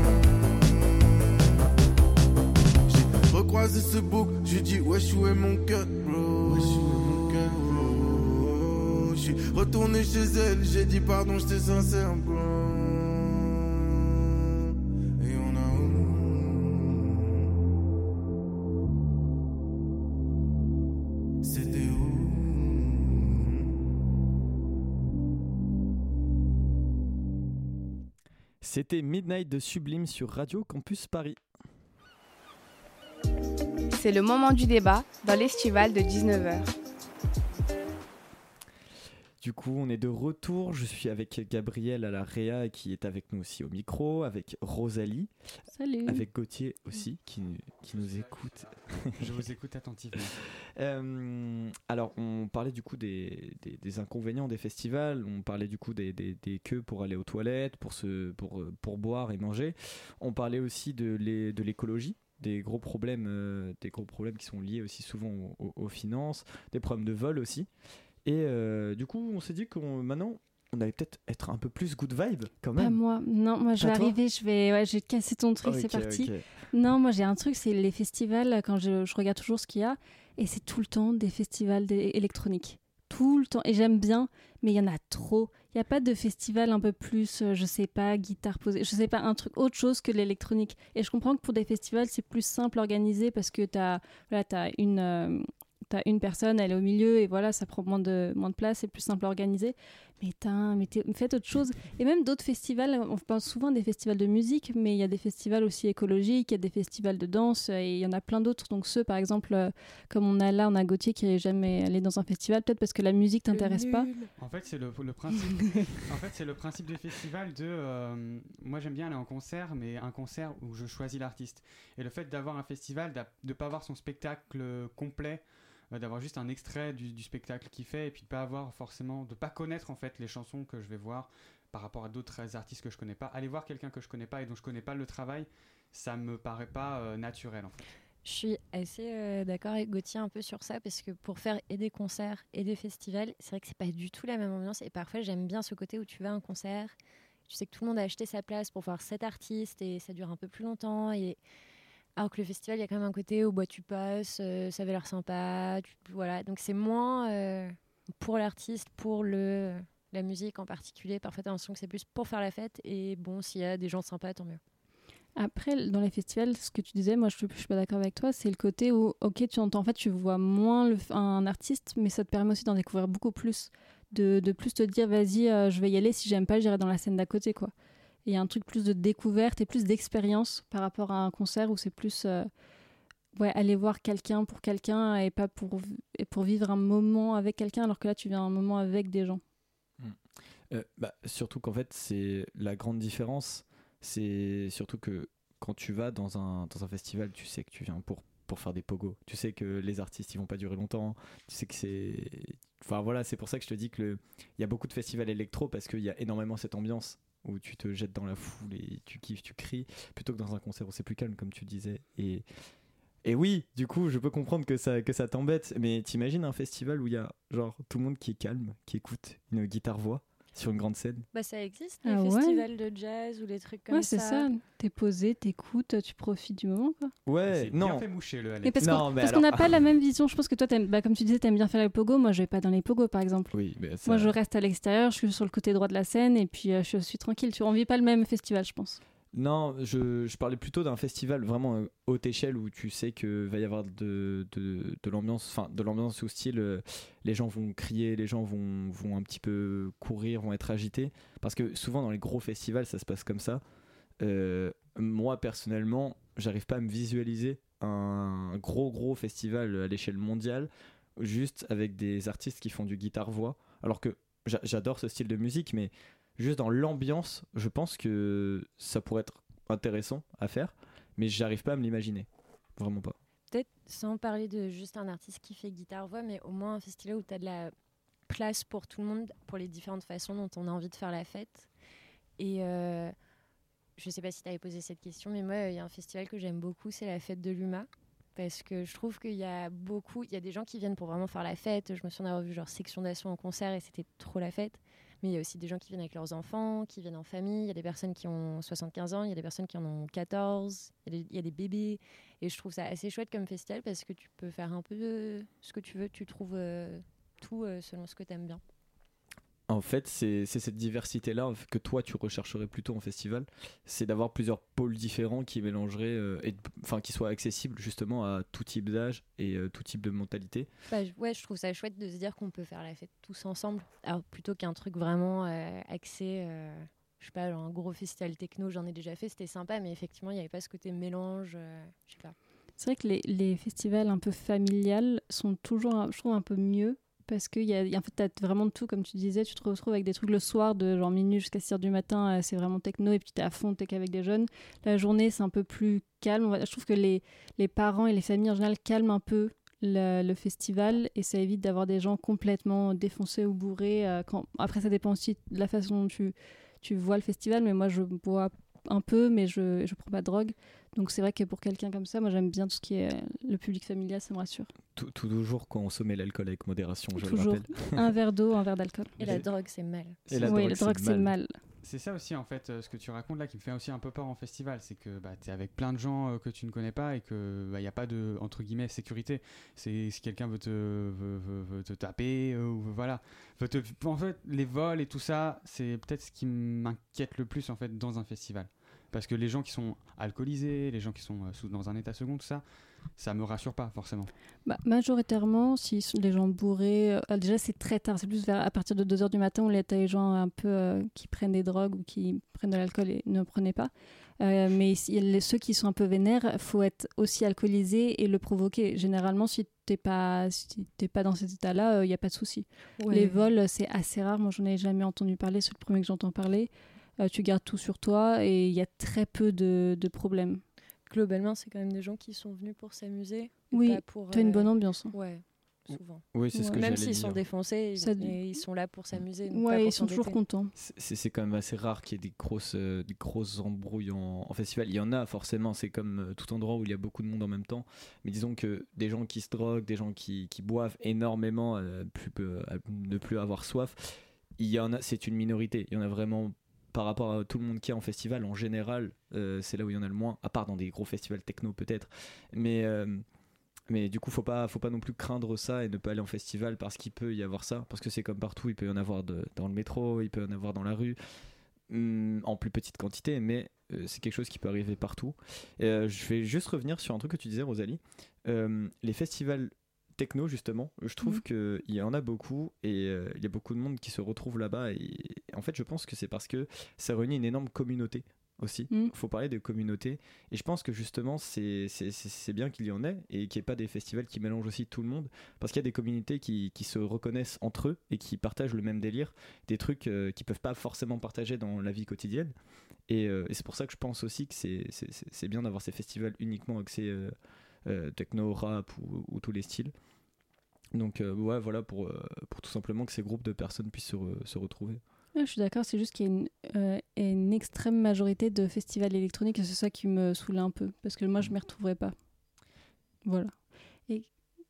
J'ai recroisé ce bouc, j'ai dit wesh où est mon cœur, bro. Wesh où est mon cœur, bro. J'suis retourné chez elle, j'ai dit pardon, j'étais sincère, bro. Et on a où? C'était où? C'était Midnight de Sublime sur Radio Campus Paris. C'est le moment du débat dans l'estival de dix-neuf heures. Du coup, on est de retour. Je suis avec Gabriel à la Réa qui est avec nous aussi au micro, avec Rosalie, Salut. avec Gauthier aussi qui, qui nous écoute. Je vous écoute attentivement. Euh, alors, on parlait du coup des, des, des inconvénients des festivals. On parlait du coup des, des, des queues pour aller aux toilettes, pour, se, pour, pour boire et manger. On parlait aussi de, les, de l'écologie. Des gros problèmes, euh, des gros problèmes qui sont liés aussi souvent aux, aux finances, des problèmes de vol aussi. Et euh, du coup, on s'est dit qu'on maintenant, on allait peut-être être un peu plus good vibe quand même. Pas moi. Non, moi je vais Pas toi arriver, je vais, ouais, je vais te casser ton truc, c'est Ok, parti. ok. Non, moi j'ai un truc, c'est les festivals. Quand je, je regarde toujours ce qu'il y a, et c'est tout le temps des festivals d'é- électroniques. Tout le temps. Et j'aime bien, mais il y en a trop. Il n'y a pas de festival un peu plus, euh, je sais pas, guitare posée, je sais pas, un truc autre chose que l'électronique. Et je comprends que pour des festivals, c'est plus simple à organiser parce que tu as voilà, t'as une. Euh, T'as une personne, elle est au milieu et voilà, ça prend moins de, moins de place, c'est plus simple à organiser. Mais, mais faites autre chose. Et même d'autres festivals, on pense souvent des festivals de musique, mais il y a des festivals aussi écologiques, il y a des festivals de danse et il y en a plein d'autres. Donc ceux, par exemple, euh, comme on a là, on a Gauthier qui n'est jamais allé dans un festival, peut-être parce que la musique t'intéresse pas. En fait, c'est le, le principe. en fait, c'est le principe des festivals de. Euh, moi, j'aime bien aller en concert, mais un concert où je choisis l'artiste. Et le fait d'avoir un festival, de ne pas avoir son spectacle complet, d'avoir juste un extrait du, du spectacle qu'il fait et puis de pas avoir forcément de pas connaître en fait les chansons que je vais voir par rapport à d'autres artistes que je connais pas. Aller voir quelqu'un que je connais pas et dont je connais pas le travail, ça me paraît pas euh, naturel en fait. Je suis assez euh, d'accord avec Gauthier un peu sur ça parce que pour faire et des concerts et des festivals, c'est vrai que c'est pas du tout la même ambiance et parfois j'aime bien ce côté où tu vas à un concert, tu sais que tout le monde a acheté sa place pour voir cet artiste et ça dure un peu plus longtemps et alors que le festival, il y a quand même un côté où bah, tu passes, euh, ça avait l'air sympa, tu... voilà, donc c'est moins euh, pour l'artiste, pour le la musique en particulier, parfois t'as l'impression que c'est plus pour faire la fête et bon, s'il y a des gens sympas, tant mieux. Après, dans les festivals, ce que tu disais, moi je suis, je suis pas d'accord avec toi, c'est le côté où, ok, tu entends, en fait, tu vois moins le, un artiste, mais ça te permet aussi d'en découvrir beaucoup plus, de, de plus te dire, vas-y, euh, je vais y aller, si j'aime pas, j'irai dans la scène d'à côté, quoi. Et il y a un truc plus de découverte et plus d'expérience par rapport à un concert où c'est plus, euh, ouais, aller voir quelqu'un pour quelqu'un et pas pour, et pour vivre un moment avec quelqu'un, alors que là, tu viens un moment avec des gens. Mmh. Euh, bah, surtout qu'en fait, c'est la grande différence. C'est surtout que quand tu vas dans un, dans un festival, tu sais que tu viens pour, pour faire des pogos. Tu sais que les artistes, ils vont pas durer longtemps. Tu sais que c'est... Enfin voilà, c'est pour ça que je te dis qu'il y a beaucoup de festivals électro parce qu'il y a énormément cette ambiance où tu te jettes dans la foule et tu kiffes, tu cries, plutôt que dans un concert où c'est plus calme, comme tu disais. Et, et oui, du coup, je peux comprendre que ça, que ça t'embête, mais t'imagines un festival où il y a genre tout le monde qui est calme, qui écoute une guitare-voix sur une grande scène. Bah ça existe, les Ah ouais. festivals de jazz ou les trucs comme Ouais, ça. c'est ça. T'es posé, t'écoutes, tu profites du moment, quoi. Ouais, C'est non. bien fait moucher le Alex. Mais parce Non, qu'on mais parce alors- qu'on n'a pas la même vision. Je pense que toi, t'aimes- bah, comme tu disais, t'aimes bien faire les pogos. Moi, je vais pas dans les pogos, par exemple. Oui, mais ça... Moi, je reste à l'extérieur, je suis sur le côté droit de la scène et puis euh, je suis tranquille. Tu on vit pas le même festival, je pense. Non, je, je parlais plutôt d'un festival vraiment euh, haute échelle où tu sais que va y avoir de, de, de l'ambiance, enfin de l'ambiance au style, euh, les gens vont crier, les gens vont, vont un petit peu courir, vont être agités. Parce que souvent dans les gros festivals, ça se passe comme ça. Euh, moi personnellement, j'arrive pas à me visualiser un gros gros festival à l'échelle mondiale, juste avec des artistes qui font du guitare-voix. Alors que j'a- j'adore ce style de musique, mais juste dans l'ambiance, je pense que ça pourrait être intéressant à faire, mais j'arrive pas à me l'imaginer. Vraiment pas. Peut-être sans parler de juste un artiste qui fait guitare-voix, mais au moins un festival où tu as de la place pour tout le monde, pour les différentes façons dont on a envie de faire la fête. Et euh, je sais pas si tu avais posé cette question, mais moi, il y a un festival que j'aime beaucoup, c'est la fête de l'U M A. Parce que je trouve qu'il y a beaucoup, il y a des gens qui viennent pour vraiment faire la fête. Je me souviens d'avoir vu genre Section d'Assaut en concert et c'était trop la fête. Mais il y a aussi des gens qui viennent avec leurs enfants, qui viennent en famille. Il y a des personnes qui ont soixante-quinze ans, il y a des personnes qui en ont quatorze, il y a des, il y a des bébés. Et je trouve ça assez chouette comme festival parce que tu peux faire un peu euh, ce que tu veux. Tu trouves euh, tout euh, selon ce que tu aimes bien. En fait, c'est c'est cette diversité-là que toi tu rechercherais plutôt en festival, c'est d'avoir plusieurs pôles différents qui mélangeraient, euh, et, enfin qui soient accessibles justement à tout type d'âge et euh, tout type de mentalité. Bah, je- ouais, je trouve ça chouette de se dire qu'on peut faire la fête tous ensemble. Alors plutôt qu'un truc vraiment euh, axé, euh, je sais pas, genre un gros festival techno, j'en ai déjà fait, c'était sympa, mais effectivement il n'y avait pas ce côté mélange, euh, je sais pas. C'est vrai que les, les festivals un peu familiales sont toujours, je trouve, un peu mieux. Parce que y a, y a- en fait, tu as vraiment de tout, comme tu disais. Tu te retrouves avec des trucs le soir, de genre minuit jusqu'à six heures du matin, euh, c'est vraiment techno, et puis tu es à fond, tu qu'avec des jeunes. La journée, c'est un peu plus calme. On va- Je trouve que les, les parents et les familles en général calment un peu le, le festival, et ça évite d'avoir des gens complètement défoncés ou bourrés. euh, quand... Après, ça dépend aussi de la façon dont tu, tu vois le festival, mais moi, je bois un peu, mais je je prends pas de drogue. Donc c'est vrai que pour quelqu'un comme ça, moi j'aime bien tout ce qui est euh, le public familial, ça me rassure. Tout, tout toujours consommer l'alcool avec modération, je Toujours le rappelle. un verre d'eau, un verre d'alcool. Et la drogue, c'est mal. Et la oui, drogue, la drogue c'est c'est mal. mal. C'est ça aussi en fait, euh, ce que tu racontes là qui me fait aussi un peu peur en festival, c'est que bah, tu es avec plein de gens euh, que tu ne connais pas et qu'il n'y a pas de, entre guillemets, sécurité. C'est, si quelqu'un veut te, veut, veut- veut te taper, euh, ou veut- voilà. Veut te, en fait, les vols et tout ça, c'est peut-être ce qui m'inquiète le plus en fait dans un festival. Parce que les gens qui sont alcoolisés, les gens qui sont euh, sous, dans un état second, tout ça, ça me rassure pas forcément. Bah, majoritairement, si sont les gens bourrés, euh, déjà c'est très tard, c'est plus vers, à partir de deux heures du matin où les t'as les gens un peu euh, qui prennent des drogues ou qui prennent de l'alcool et ne prenaient pas. Euh, mais si, les, ceux qui sont un peu vénères, faut être aussi alcoolisé et le provoquer. Généralement, si t'es pas, si t'es pas dans cet état-là, il n'y a pas de souci. Ouais. Les vols, c'est assez rare. Moi, j'en ai jamais entendu parler. C'est le premier que j'entends parler. Euh, tu gardes tout sur toi et il y a très peu de, de problèmes. Globalement, c'est quand même des gens qui sont venus pour s'amuser. et Oui, pas pour, t'as une bonne ambiance, hein. Ouais. souvent. Oui, c'est ce que Même j'allais s'ils sont dire. défoncés, Ça- ils, et ils sont là pour s'amuser. donc Ouais, pas pour ils sont toujours s'embêter. contents. C'est, c'est quand même assez rare qu'il y ait des grosses, euh, des grosses embrouilles en, en festival. Il y en a forcément, c'est comme euh, tout endroit où il y a beaucoup de monde en même temps. Mais disons que des gens qui se droguent, des gens qui, qui boivent énormément, euh, plus, peu- à ne plus avoir soif, il y en a, c'est une minorité. Il y en a vraiment par rapport à tout le monde qui est en festival. En général, euh, c'est là où il y en a le moins, à part dans des gros festivals techno peut-être. Mais euh, Mais du coup, faut pas, faut pas non plus craindre ça et ne pas aller en festival parce qu'il peut y avoir ça. Parce que c'est comme partout, il peut y en avoir de- dans le métro, il peut y en avoir dans la rue, hum, en plus petite quantité, mais euh, c'est quelque chose qui peut arriver partout. Et, euh, je vais juste revenir sur un truc que tu disais, Rosalie. Euh, les festivals techno, justement, je trouve Mhm. qu'il y en a beaucoup et euh, il y a beaucoup de monde qui se retrouve là-bas. Et en fait, je pense que c'est parce que ça réunit une énorme communauté aussi. Il faut parler de communauté. Et je pense que justement, c'est, c'est, c'est, c'est bien qu'il y en ait et qu'il n'y ait pas des festivals qui mélangent aussi tout le monde. Parce qu'il y a des communautés qui, qui se reconnaissent entre eux et qui partagent le même délire. Des trucs euh, qu'ils ne peuvent pas forcément partager dans la vie quotidienne. Et, euh, et c'est pour ça que je pense aussi que c'est, c'est, c'est, c'est bien d'avoir ces festivals uniquement axés euh, euh, techno, rap ou, ou tous les styles. Donc euh, ouais, voilà, pour, euh, pour tout simplement que ces groupes de personnes puissent se, re- se retrouver. Ouais, je suis d'accord, c'est juste qu'il y a une, euh, une extrême majorité de festivals électroniques et c'est ça qui me saoule un peu, parce que moi je m'y retrouverais pas. Voilà. Et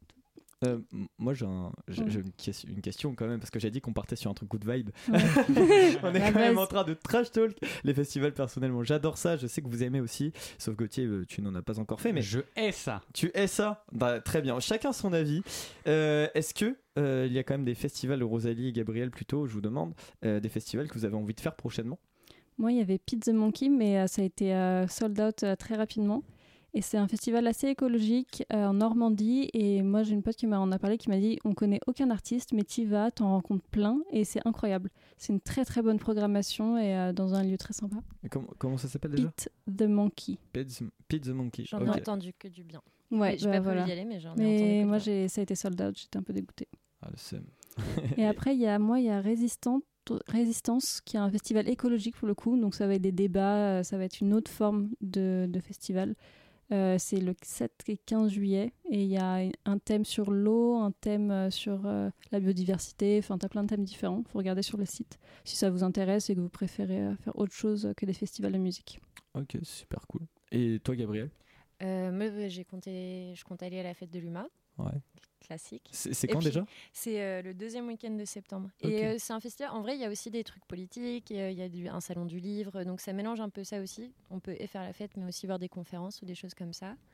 Euh, m- moi j'ai, un- j'ai, Ouais. j'ai une, ques- une question quand même parce que j'ai dit qu'on partait sur un truc good vibe. Ouais. On est La quand même base. en train de trash talk les festivals personnellement. J'adore ça, je sais que vous aimez aussi. Sauf Gauthier, euh, tu n'en as pas encore fait. Mais je hais ça. Tu hais ça bah, très bien. Chacun son avis. Euh, est-ce que euh, il y a quand même des festivals, Rosalie et Gabriel plutôt, je vous demande, euh, des festivals que vous avez envie de faire prochainement? moi il y avait Pete the Monkey, mais euh, ça a été euh, sold out euh, très rapidement. Et c'est un festival assez écologique euh, en Normandie. Et moi, j'ai une pote qui m'en a parlé, qui m'a dit on connaît aucun artiste, mais t'y vas, t'en rencontres plein. Et c'est incroyable. C'est une très très bonne programmation et euh, dans un lieu très sympa. Et comment, comment ça s'appelle déjà? Pete the Monkey. Pete, Pete the Monkey. J'en Ok. ai entendu que du bien. Ouais, Mais j'ai bah, pas prévu voilà. d'y aller, mais j'en ai Mais entendu que moi, du bien. j'ai, ça a été sold out, j'étais un peu dégoûtée. Ah, le seum. Et après, il y a, moi, il y a Résistante, Résistance, qui est un festival écologique pour le coup. Donc, ça va être des débats, euh, ça va être une autre forme de, de festival. Euh, c'est le sept et quinze juillet. Et il y a un thème sur l'eau, un thème euh, sur euh, la biodiversité. Enfin, tu as plein de thèmes différents. Il faut regarder sur le site si ça vous intéresse et que vous préférez euh, faire autre chose que des festivals de musique. Ok, super cool. Et toi, Gabriel? Euh, moi, j'ai compté, je compte aller à la fête de l'U M A. Ouais. Classique. C'est- c'est Et quand puis, déjà? C'est euh, le deuxième week-end de septembre. Ok. Et euh, c'est un festival. En vrai, il y a aussi des trucs politiques. et, euh, Il y a du, un salon du livre. Donc ça mélange un peu ça aussi. On peut et faire la fête, mais aussi voir des conférences ou des choses comme ça.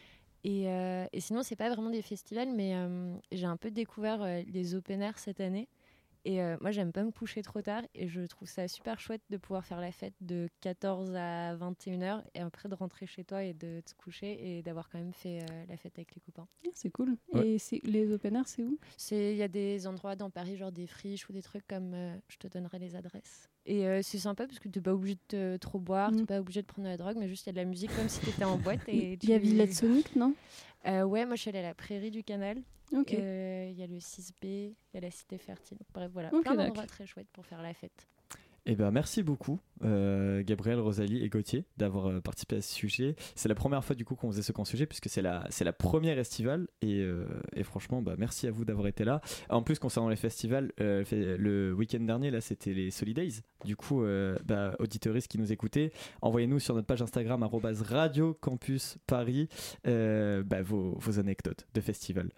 Et, euh, et sinon, c'est pas vraiment des festivals, mais euh, j'ai un peu découvert euh, les open air cette année. Et euh, moi, j'aime pas me coucher trop tard. Et je trouve ça super chouette de pouvoir faire la fête de quatorze à vingt et une heures. Et après, de rentrer chez toi et de te coucher. Et d'avoir quand même fait euh, la fête avec les copains. C'est cool. Ouais. Et c'est, les open air, c'est où? C'est- Il y a des endroits dans Paris, genre des friches ou des trucs comme. euh, je te donnerai les adresses. Et euh, c'est sympa parce que tu n'es pas obligé de te- trop boire, tu n'es pas obligé de prendre de la drogue, mais juste il y a de la musique comme si tu étais en boîte. Et Il y a tu- Villette Sonic, non? Euh, Ouais, moi je suis allée à la Prairie du Canal. Ok. Euh, Il y a le six B, il y a la Cité Fertile. Bref, voilà. Ok, Plein d'accord. d'endroits très chouettes pour faire la fête. Eh ben, merci beaucoup, euh, Gabriel, Rosalie et Gauthier, d'avoir euh, participé à ce sujet. C'est la première fois du coup qu'on faisait ce grand sujet, puisque c'est la, c'est la première estivale. Et, euh, et franchement, bah, merci à vous d'avoir été là. En plus, concernant les festivals, euh, fait- le week-end dernier, là, c'était les Solidays. Du coup, euh, bah, auditeuristes qui nous écoutaient, envoyez-nous sur notre page Instagram, arobase Radio Campus Paris, euh, bah, vos, vos anecdotes de festival.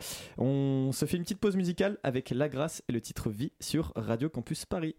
On se fait une petite pause musicale avec La Grâce et le titre Vie sur Radio Campus Paris.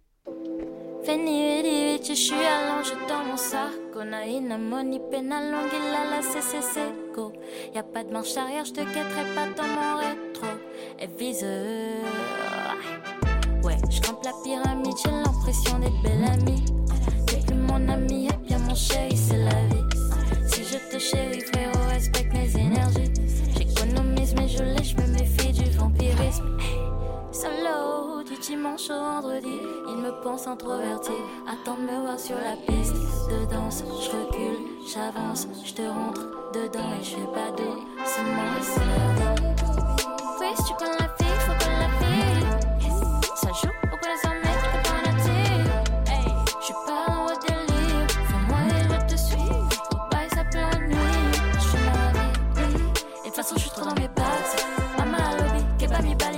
Veni vidi vici, je suis allongé dans mon sac. On a une ammonie, pénal, longue, il a la C C C, go. Y'a pas de marche arrière, je te quitterai pas dans mon rétro. Et viseur. Ouais, je grimpe la pyramide, j'ai l'impression d'être belle amie. T'es plus mon ami, et bien mon chéri, c'est la vie. Si je te chéris, frérot, respecte mes énergies. J'économise mes gelées, je me méfie du vampirisme. Solo, du dimanche au vendredi, il me pense introverti. Attends de me voir sur la piste de danse. Je recule, j'avance, je te rentre dedans et je fais pas d'eau. C'est moi, c'est la vie. Oui, si tu connais la vie, faut pas la vie. Ça joue au bout des années, t'es pas native. Hey, je suis pas dans votre délire. Fais-moi et je te suis. Faut pas que ça pleure la nuit. Je suis ma vie. Et de toute façon, je suis trop dans mes pattes. Maman, lobby, qu'est pas mi bas.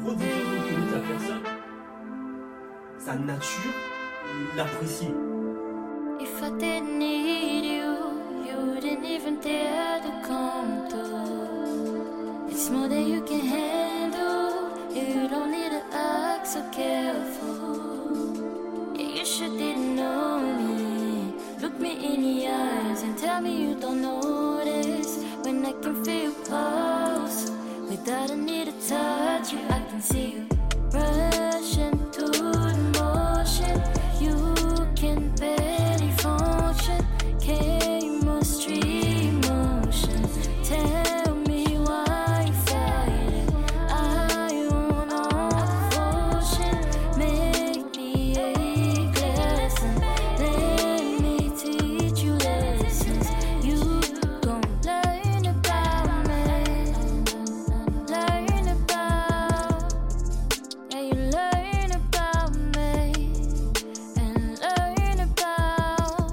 que la personne, sa nature, l'apprécie. If I didn't need you, you wouldn't even dare to come through. It's more than you can handle. You don't need to act so careful. Yeah, you should didn't know me. Look me in the eyes and tell me you don't notice when I can feel your pulse. Without a need to touch you, I can see you rushing through the motion. You can barely function. Came on street emotions. Tell me why you fight it. I want all devotion. Make me a lesson. Let me teach you lessons. You gon' learn about me. Learn about. Yeah, you learn about me. And learn about.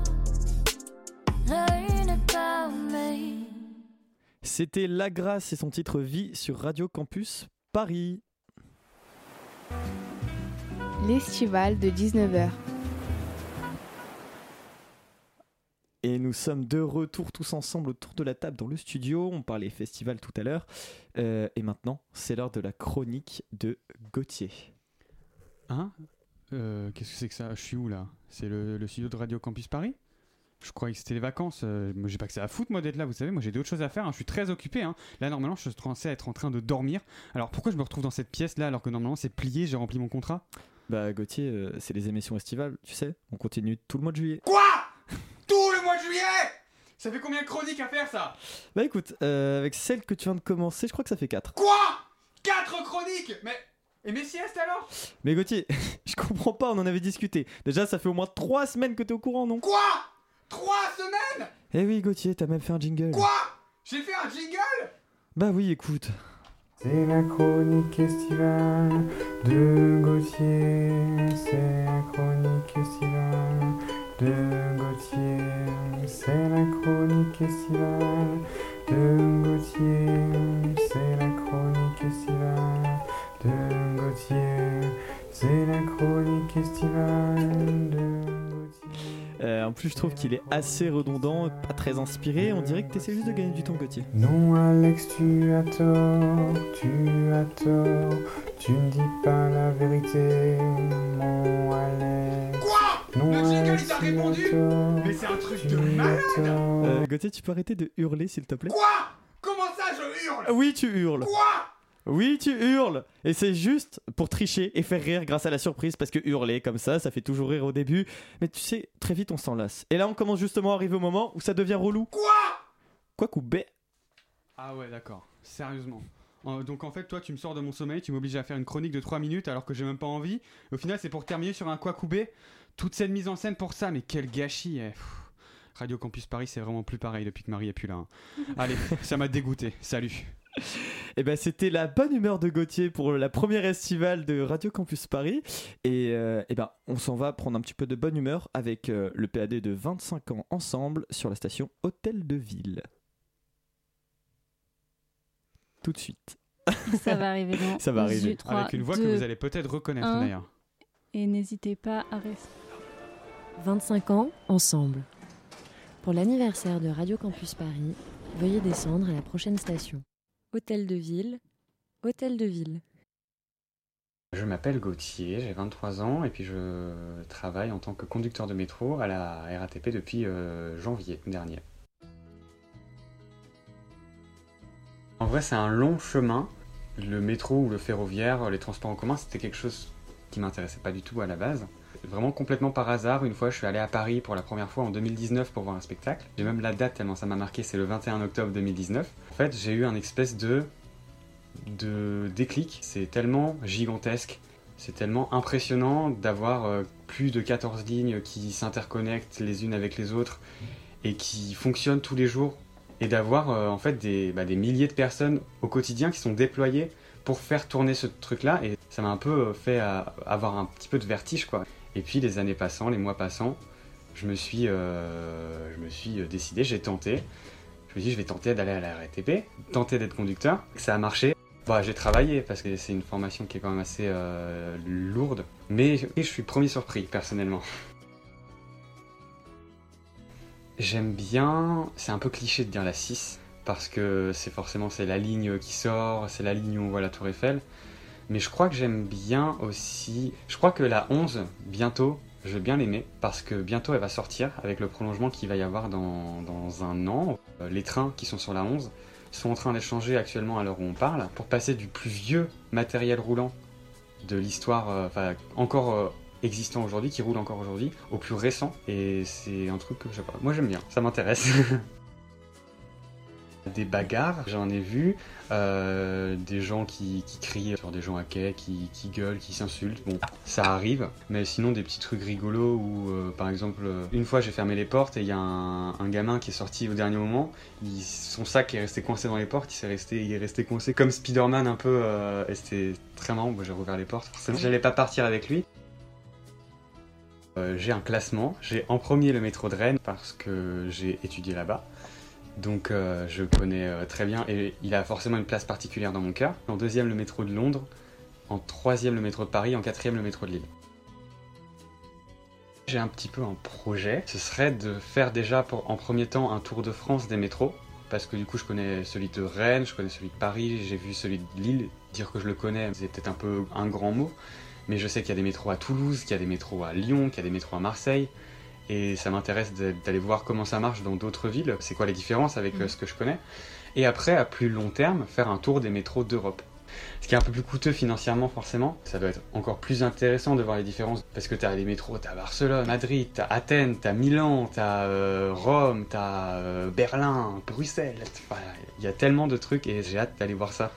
Learn about me. C'était La Grâce et son titre Vie sur Radio Campus Paris. L'estival de dix-neuf heures. Et nous sommes de retour tous ensemble autour de la table dans le studio. On parlait festival tout à l'heure. Euh, et maintenant, c'est l'heure de la chronique de Gauthier. Hein euh, Qu'est-ce que c'est que ça? Je suis où là? C'est le, le studio de Radio Campus Paris? Je croyais que c'était les vacances. Euh, moi, j'ai pas que ça à foutre, moi, d'être là. Vous savez, moi, j'ai d'autres choses à faire. Hein. Je suis très occupé. Hein. Là, normalement, je suis censé être en train de dormir. Alors, pourquoi je me retrouve dans cette pièce-là alors que normalement, c'est plié, j'ai rempli mon contrat? Bah, Gauthier, euh, c'est les émissions estivales, tu sais. On continue tout le mois de juillet. Quoi? Tout le mois de juillet? Ça fait combien de chroniques à faire, ça? Bah, écoute, euh, avec celle que tu viens de commencer, je crois que ça fait quatre. Quoi? Quatre chroniques? Mais... Et mes siestes, alors? Mais Gauthier, je comprends pas, on en avait discuté. Déjà, ça fait au moins trois semaines que t'es au courant, non? Quoi? Trois semaines? Eh oui, Gauthier, t'as même fait un jingle. Quoi? J'ai fait un jingle? Bah oui, écoute. C'est la chronique estivale de Gauthier. C'est la chronique estivale de Gauthier. C'est la chronique estivale de Gauthier. C'est la chronique estivale de Gauthier. C'est la chronique estivale de Gauthier. Euh, en plus, je trouve qu'il est assez redondant, pas très inspiré. On dirait que t'essaies juste de gagner du temps, Gauthier. Non, Alex, tu as tort, tu as tort, tu ne dis pas la vérité, mon Alex. Quoi? Non, Le jingle, Alex, il t'a tu répondu? as tort, Mais c'est un truc tu de as malade! tort. Euh, Gauthier, tu peux arrêter de hurler, s'il te plaît? Quoi? Comment ça, je hurle? Oui, tu hurles. Quoi? Oui, tu hurles. Et c'est juste pour tricher et faire rire grâce à la surprise, parce que hurler comme ça, ça fait toujours rire au début. Mais tu sais, très vite on s'en lasse. Et là, on commence justement à arriver au moment où ça devient relou. Quoi? Quoi qu'ou bé. Ah ouais, d'accord. Sérieusement. Euh, donc en fait, toi, tu me sors de mon sommeil, tu m'obliges à faire une chronique de trois minutes alors que j'ai même pas envie. Et au final, c'est pour terminer sur un quoi coubé. Toute cette mise en scène pour ça, mais quel gâchis. Eh. Pff. Radio Campus Paris, c'est vraiment plus pareil depuis que Marie est plus là. Hein. Allez, ça m'a dégoûté. Salut. Et ben c'était la bonne humeur de Gauthier pour la première estivale de Radio Campus Paris. Et, euh, et ben on s'en va prendre un petit peu de bonne humeur avec euh, le P A D de vingt-cinq ans ensemble sur la station Hôtel de Ville. Tout de suite. Ça va arriver dans Ça va arriver. trois, Avec une voix deux, que vous allez peut-être reconnaître un. d'ailleurs. Et n'hésitez pas à rester. vingt-cinq ans ensemble. Pour l'anniversaire de Radio Campus Paris, veuillez descendre à la prochaine station. Hôtel de Ville, Hôtel de Ville. Je m'appelle Gauthier, j'ai vingt-trois ans et puis je travaille en tant que conducteur de métro à la R A T P depuis euh, janvier dernier. En vrai, c'est un long chemin. Le métro ou le ferroviaire, les transports en commun, c'était quelque chose qui m'intéressait pas du tout à la base. Vraiment complètement par hasard, une fois je suis allé à Paris pour la première fois en deux mille dix-neuf pour voir un spectacle. J'ai même la date tellement ça m'a marqué, c'est le vingt et un octobre deux mille dix-neuf. En fait, j'ai eu un espèce de, de déclic. C'est tellement gigantesque, c'est tellement impressionnant d'avoir euh, plus de quatorze lignes qui s'interconnectent les unes avec les autres et qui fonctionnent tous les jours. Et d'avoir euh, en fait des, bah, des milliers de personnes au quotidien qui sont déployées pour faire tourner ce truc-là. Et ça m'a un peu fait euh, avoir un petit peu de vertige, quoi. Et puis les années passant, les mois passant, je me suis, euh, je me suis décidé, j'ai tenté. Je me suis dit, je vais tenter d'aller à la R A T P, tenter d'être conducteur. Ça a marché. Bah, j'ai travaillé parce que c'est une formation qui est quand même assez euh, lourde, mais je suis premier surpris personnellement. J'aime bien, c'est un peu cliché de dire la six, parce que c'est forcément c'est la ligne qui sort, c'est la ligne où on voit la Tour Eiffel, mais je crois que j'aime bien aussi, je crois que la onze, bientôt, je vais bien l'aimer, parce que bientôt elle va sortir avec le prolongement qu'il va y avoir dans, dans un an. Les trains qui sont sur la onze sont en train d'échanger actuellement à l'heure où on parle, pour passer du plus vieux matériel roulant de l'histoire, euh, enfin encore euh, existant aujourd'hui, qui roule encore aujourd'hui, au plus récent, et c'est un truc que je sais pas, moi j'aime bien, ça m'intéresse. Des bagarres, j'en ai vu, euh, des gens qui, qui crient sur des gens à quai, qui, qui gueulent, qui s'insultent, bon, ça arrive, mais sinon des petits trucs rigolos où, euh, par exemple, une fois j'ai fermé les portes et il y a un, un gamin qui est sorti au dernier moment, il, son sac est resté coincé dans les portes, il, s'est resté, il est resté coincé comme Spider-Man un peu, euh, et c'était très marrant, moi j'ai rouvert les portes, forcément j'allais pas partir avec lui. Euh, j'ai un classement, j'ai en premier le métro de Rennes parce que j'ai étudié là-bas. Donc euh, je connais euh, très bien et il a forcément une place particulière dans mon cœur. En deuxième, le métro de Londres. En troisième, le métro de Paris. En quatrième, le métro de Lille. J'ai un petit peu un projet. Ce serait de faire déjà pour, en premier temps un tour de France des métros. Parce que du coup je connais celui de Rennes, je connais celui de Paris, j'ai vu celui de Lille. Dire que je le connais, c'est peut-être un peu un grand mot. Mais je sais qu'il y a des métros à Toulouse, qu'il y a des métros à Lyon, qu'il y a des métros à Marseille. Et ça m'intéresse d'aller voir comment ça marche dans d'autres villes, c'est quoi les différences avec mmh. ce que je connais. Et après, à plus long terme, faire un tour des métros d'Europe. Ce qui est un peu plus coûteux financièrement forcément, ça doit être encore plus intéressant de voir les différences. Parce que t'as les métros, t'as Barcelone, Madrid, t'as Athènes, t'as Milan, t'as euh, Rome, t'as euh, Berlin, Bruxelles. Enfin, il y a tellement de trucs et j'ai hâte d'aller voir ça.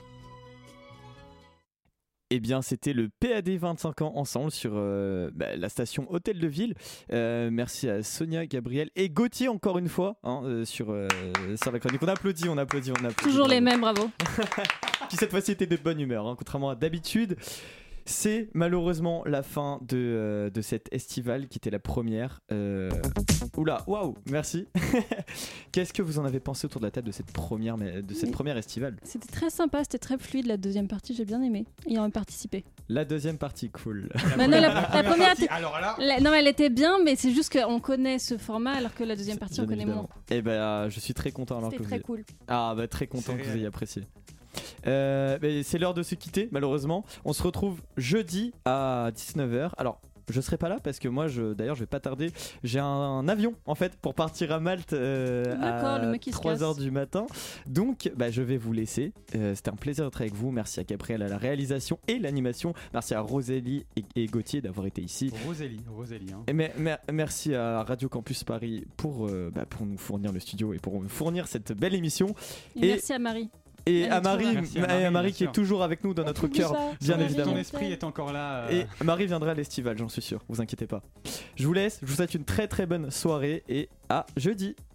Eh bien, c'était le P A D vingt-cinq ans ensemble sur euh, bah, la station Hôtel de Ville. Euh, merci à Sonia, Gabriel et Gauthier encore une fois hein, euh, sur, euh, sur la chronique. On applaudit, on applaudit, on applaudit. Toujours bravo. Les mêmes, bravo. Qui cette fois-ci était de bonne humeur, hein, contrairement à d'habitude. C'est malheureusement la fin de, euh, de cette estivale qui était la première. Euh... Oula, waouh, merci. Qu'est-ce que vous en avez pensé autour de la table de cette première, de cette première estivale ? C'était très sympa, c'était très fluide. La deuxième partie, j'ai bien aimé. Ayant participé. La deuxième partie, cool. La, bah non, la, la, la première partie, alors là... la, non, elle était bien, mais c'est juste qu'on connaît ce format, alors que la deuxième partie, bien on connaît évidemment. moins. Eh ben, euh, je suis très content. Alors c'était que très vous cool. Ah, bah très content que vous ayez apprécié. Euh, mais c'est l'heure de se quitter malheureusement. On se retrouve jeudi à dix-neuf heures. Alors je serai pas là parce que moi je, d'ailleurs je vais pas tarder. J'ai un, un avion en fait pour partir à Malte euh, à trois heures du matin. Donc bah, je vais vous laisser. euh, C'était un plaisir d'être avec vous. Merci à Gabriel à la réalisation et l'animation. Merci à Rosélie et, et Gauthier d'avoir été ici. Rosélie, Rosélie hein. Et mer- mer- Merci à Radio Campus Paris pour, euh, bah, pour nous fournir le studio et pour nous fournir cette belle émission. Et, et merci à Marie. Et à Marie, Merci à Marie, à Marie qui est toujours avec nous dans notre cœur, bien ton évidemment. Ton esprit est encore là. Euh... Et Marie viendra à l'estival, j'en suis sûr, vous inquiétez pas. Je vous laisse, je vous souhaite une très très bonne soirée et à jeudi.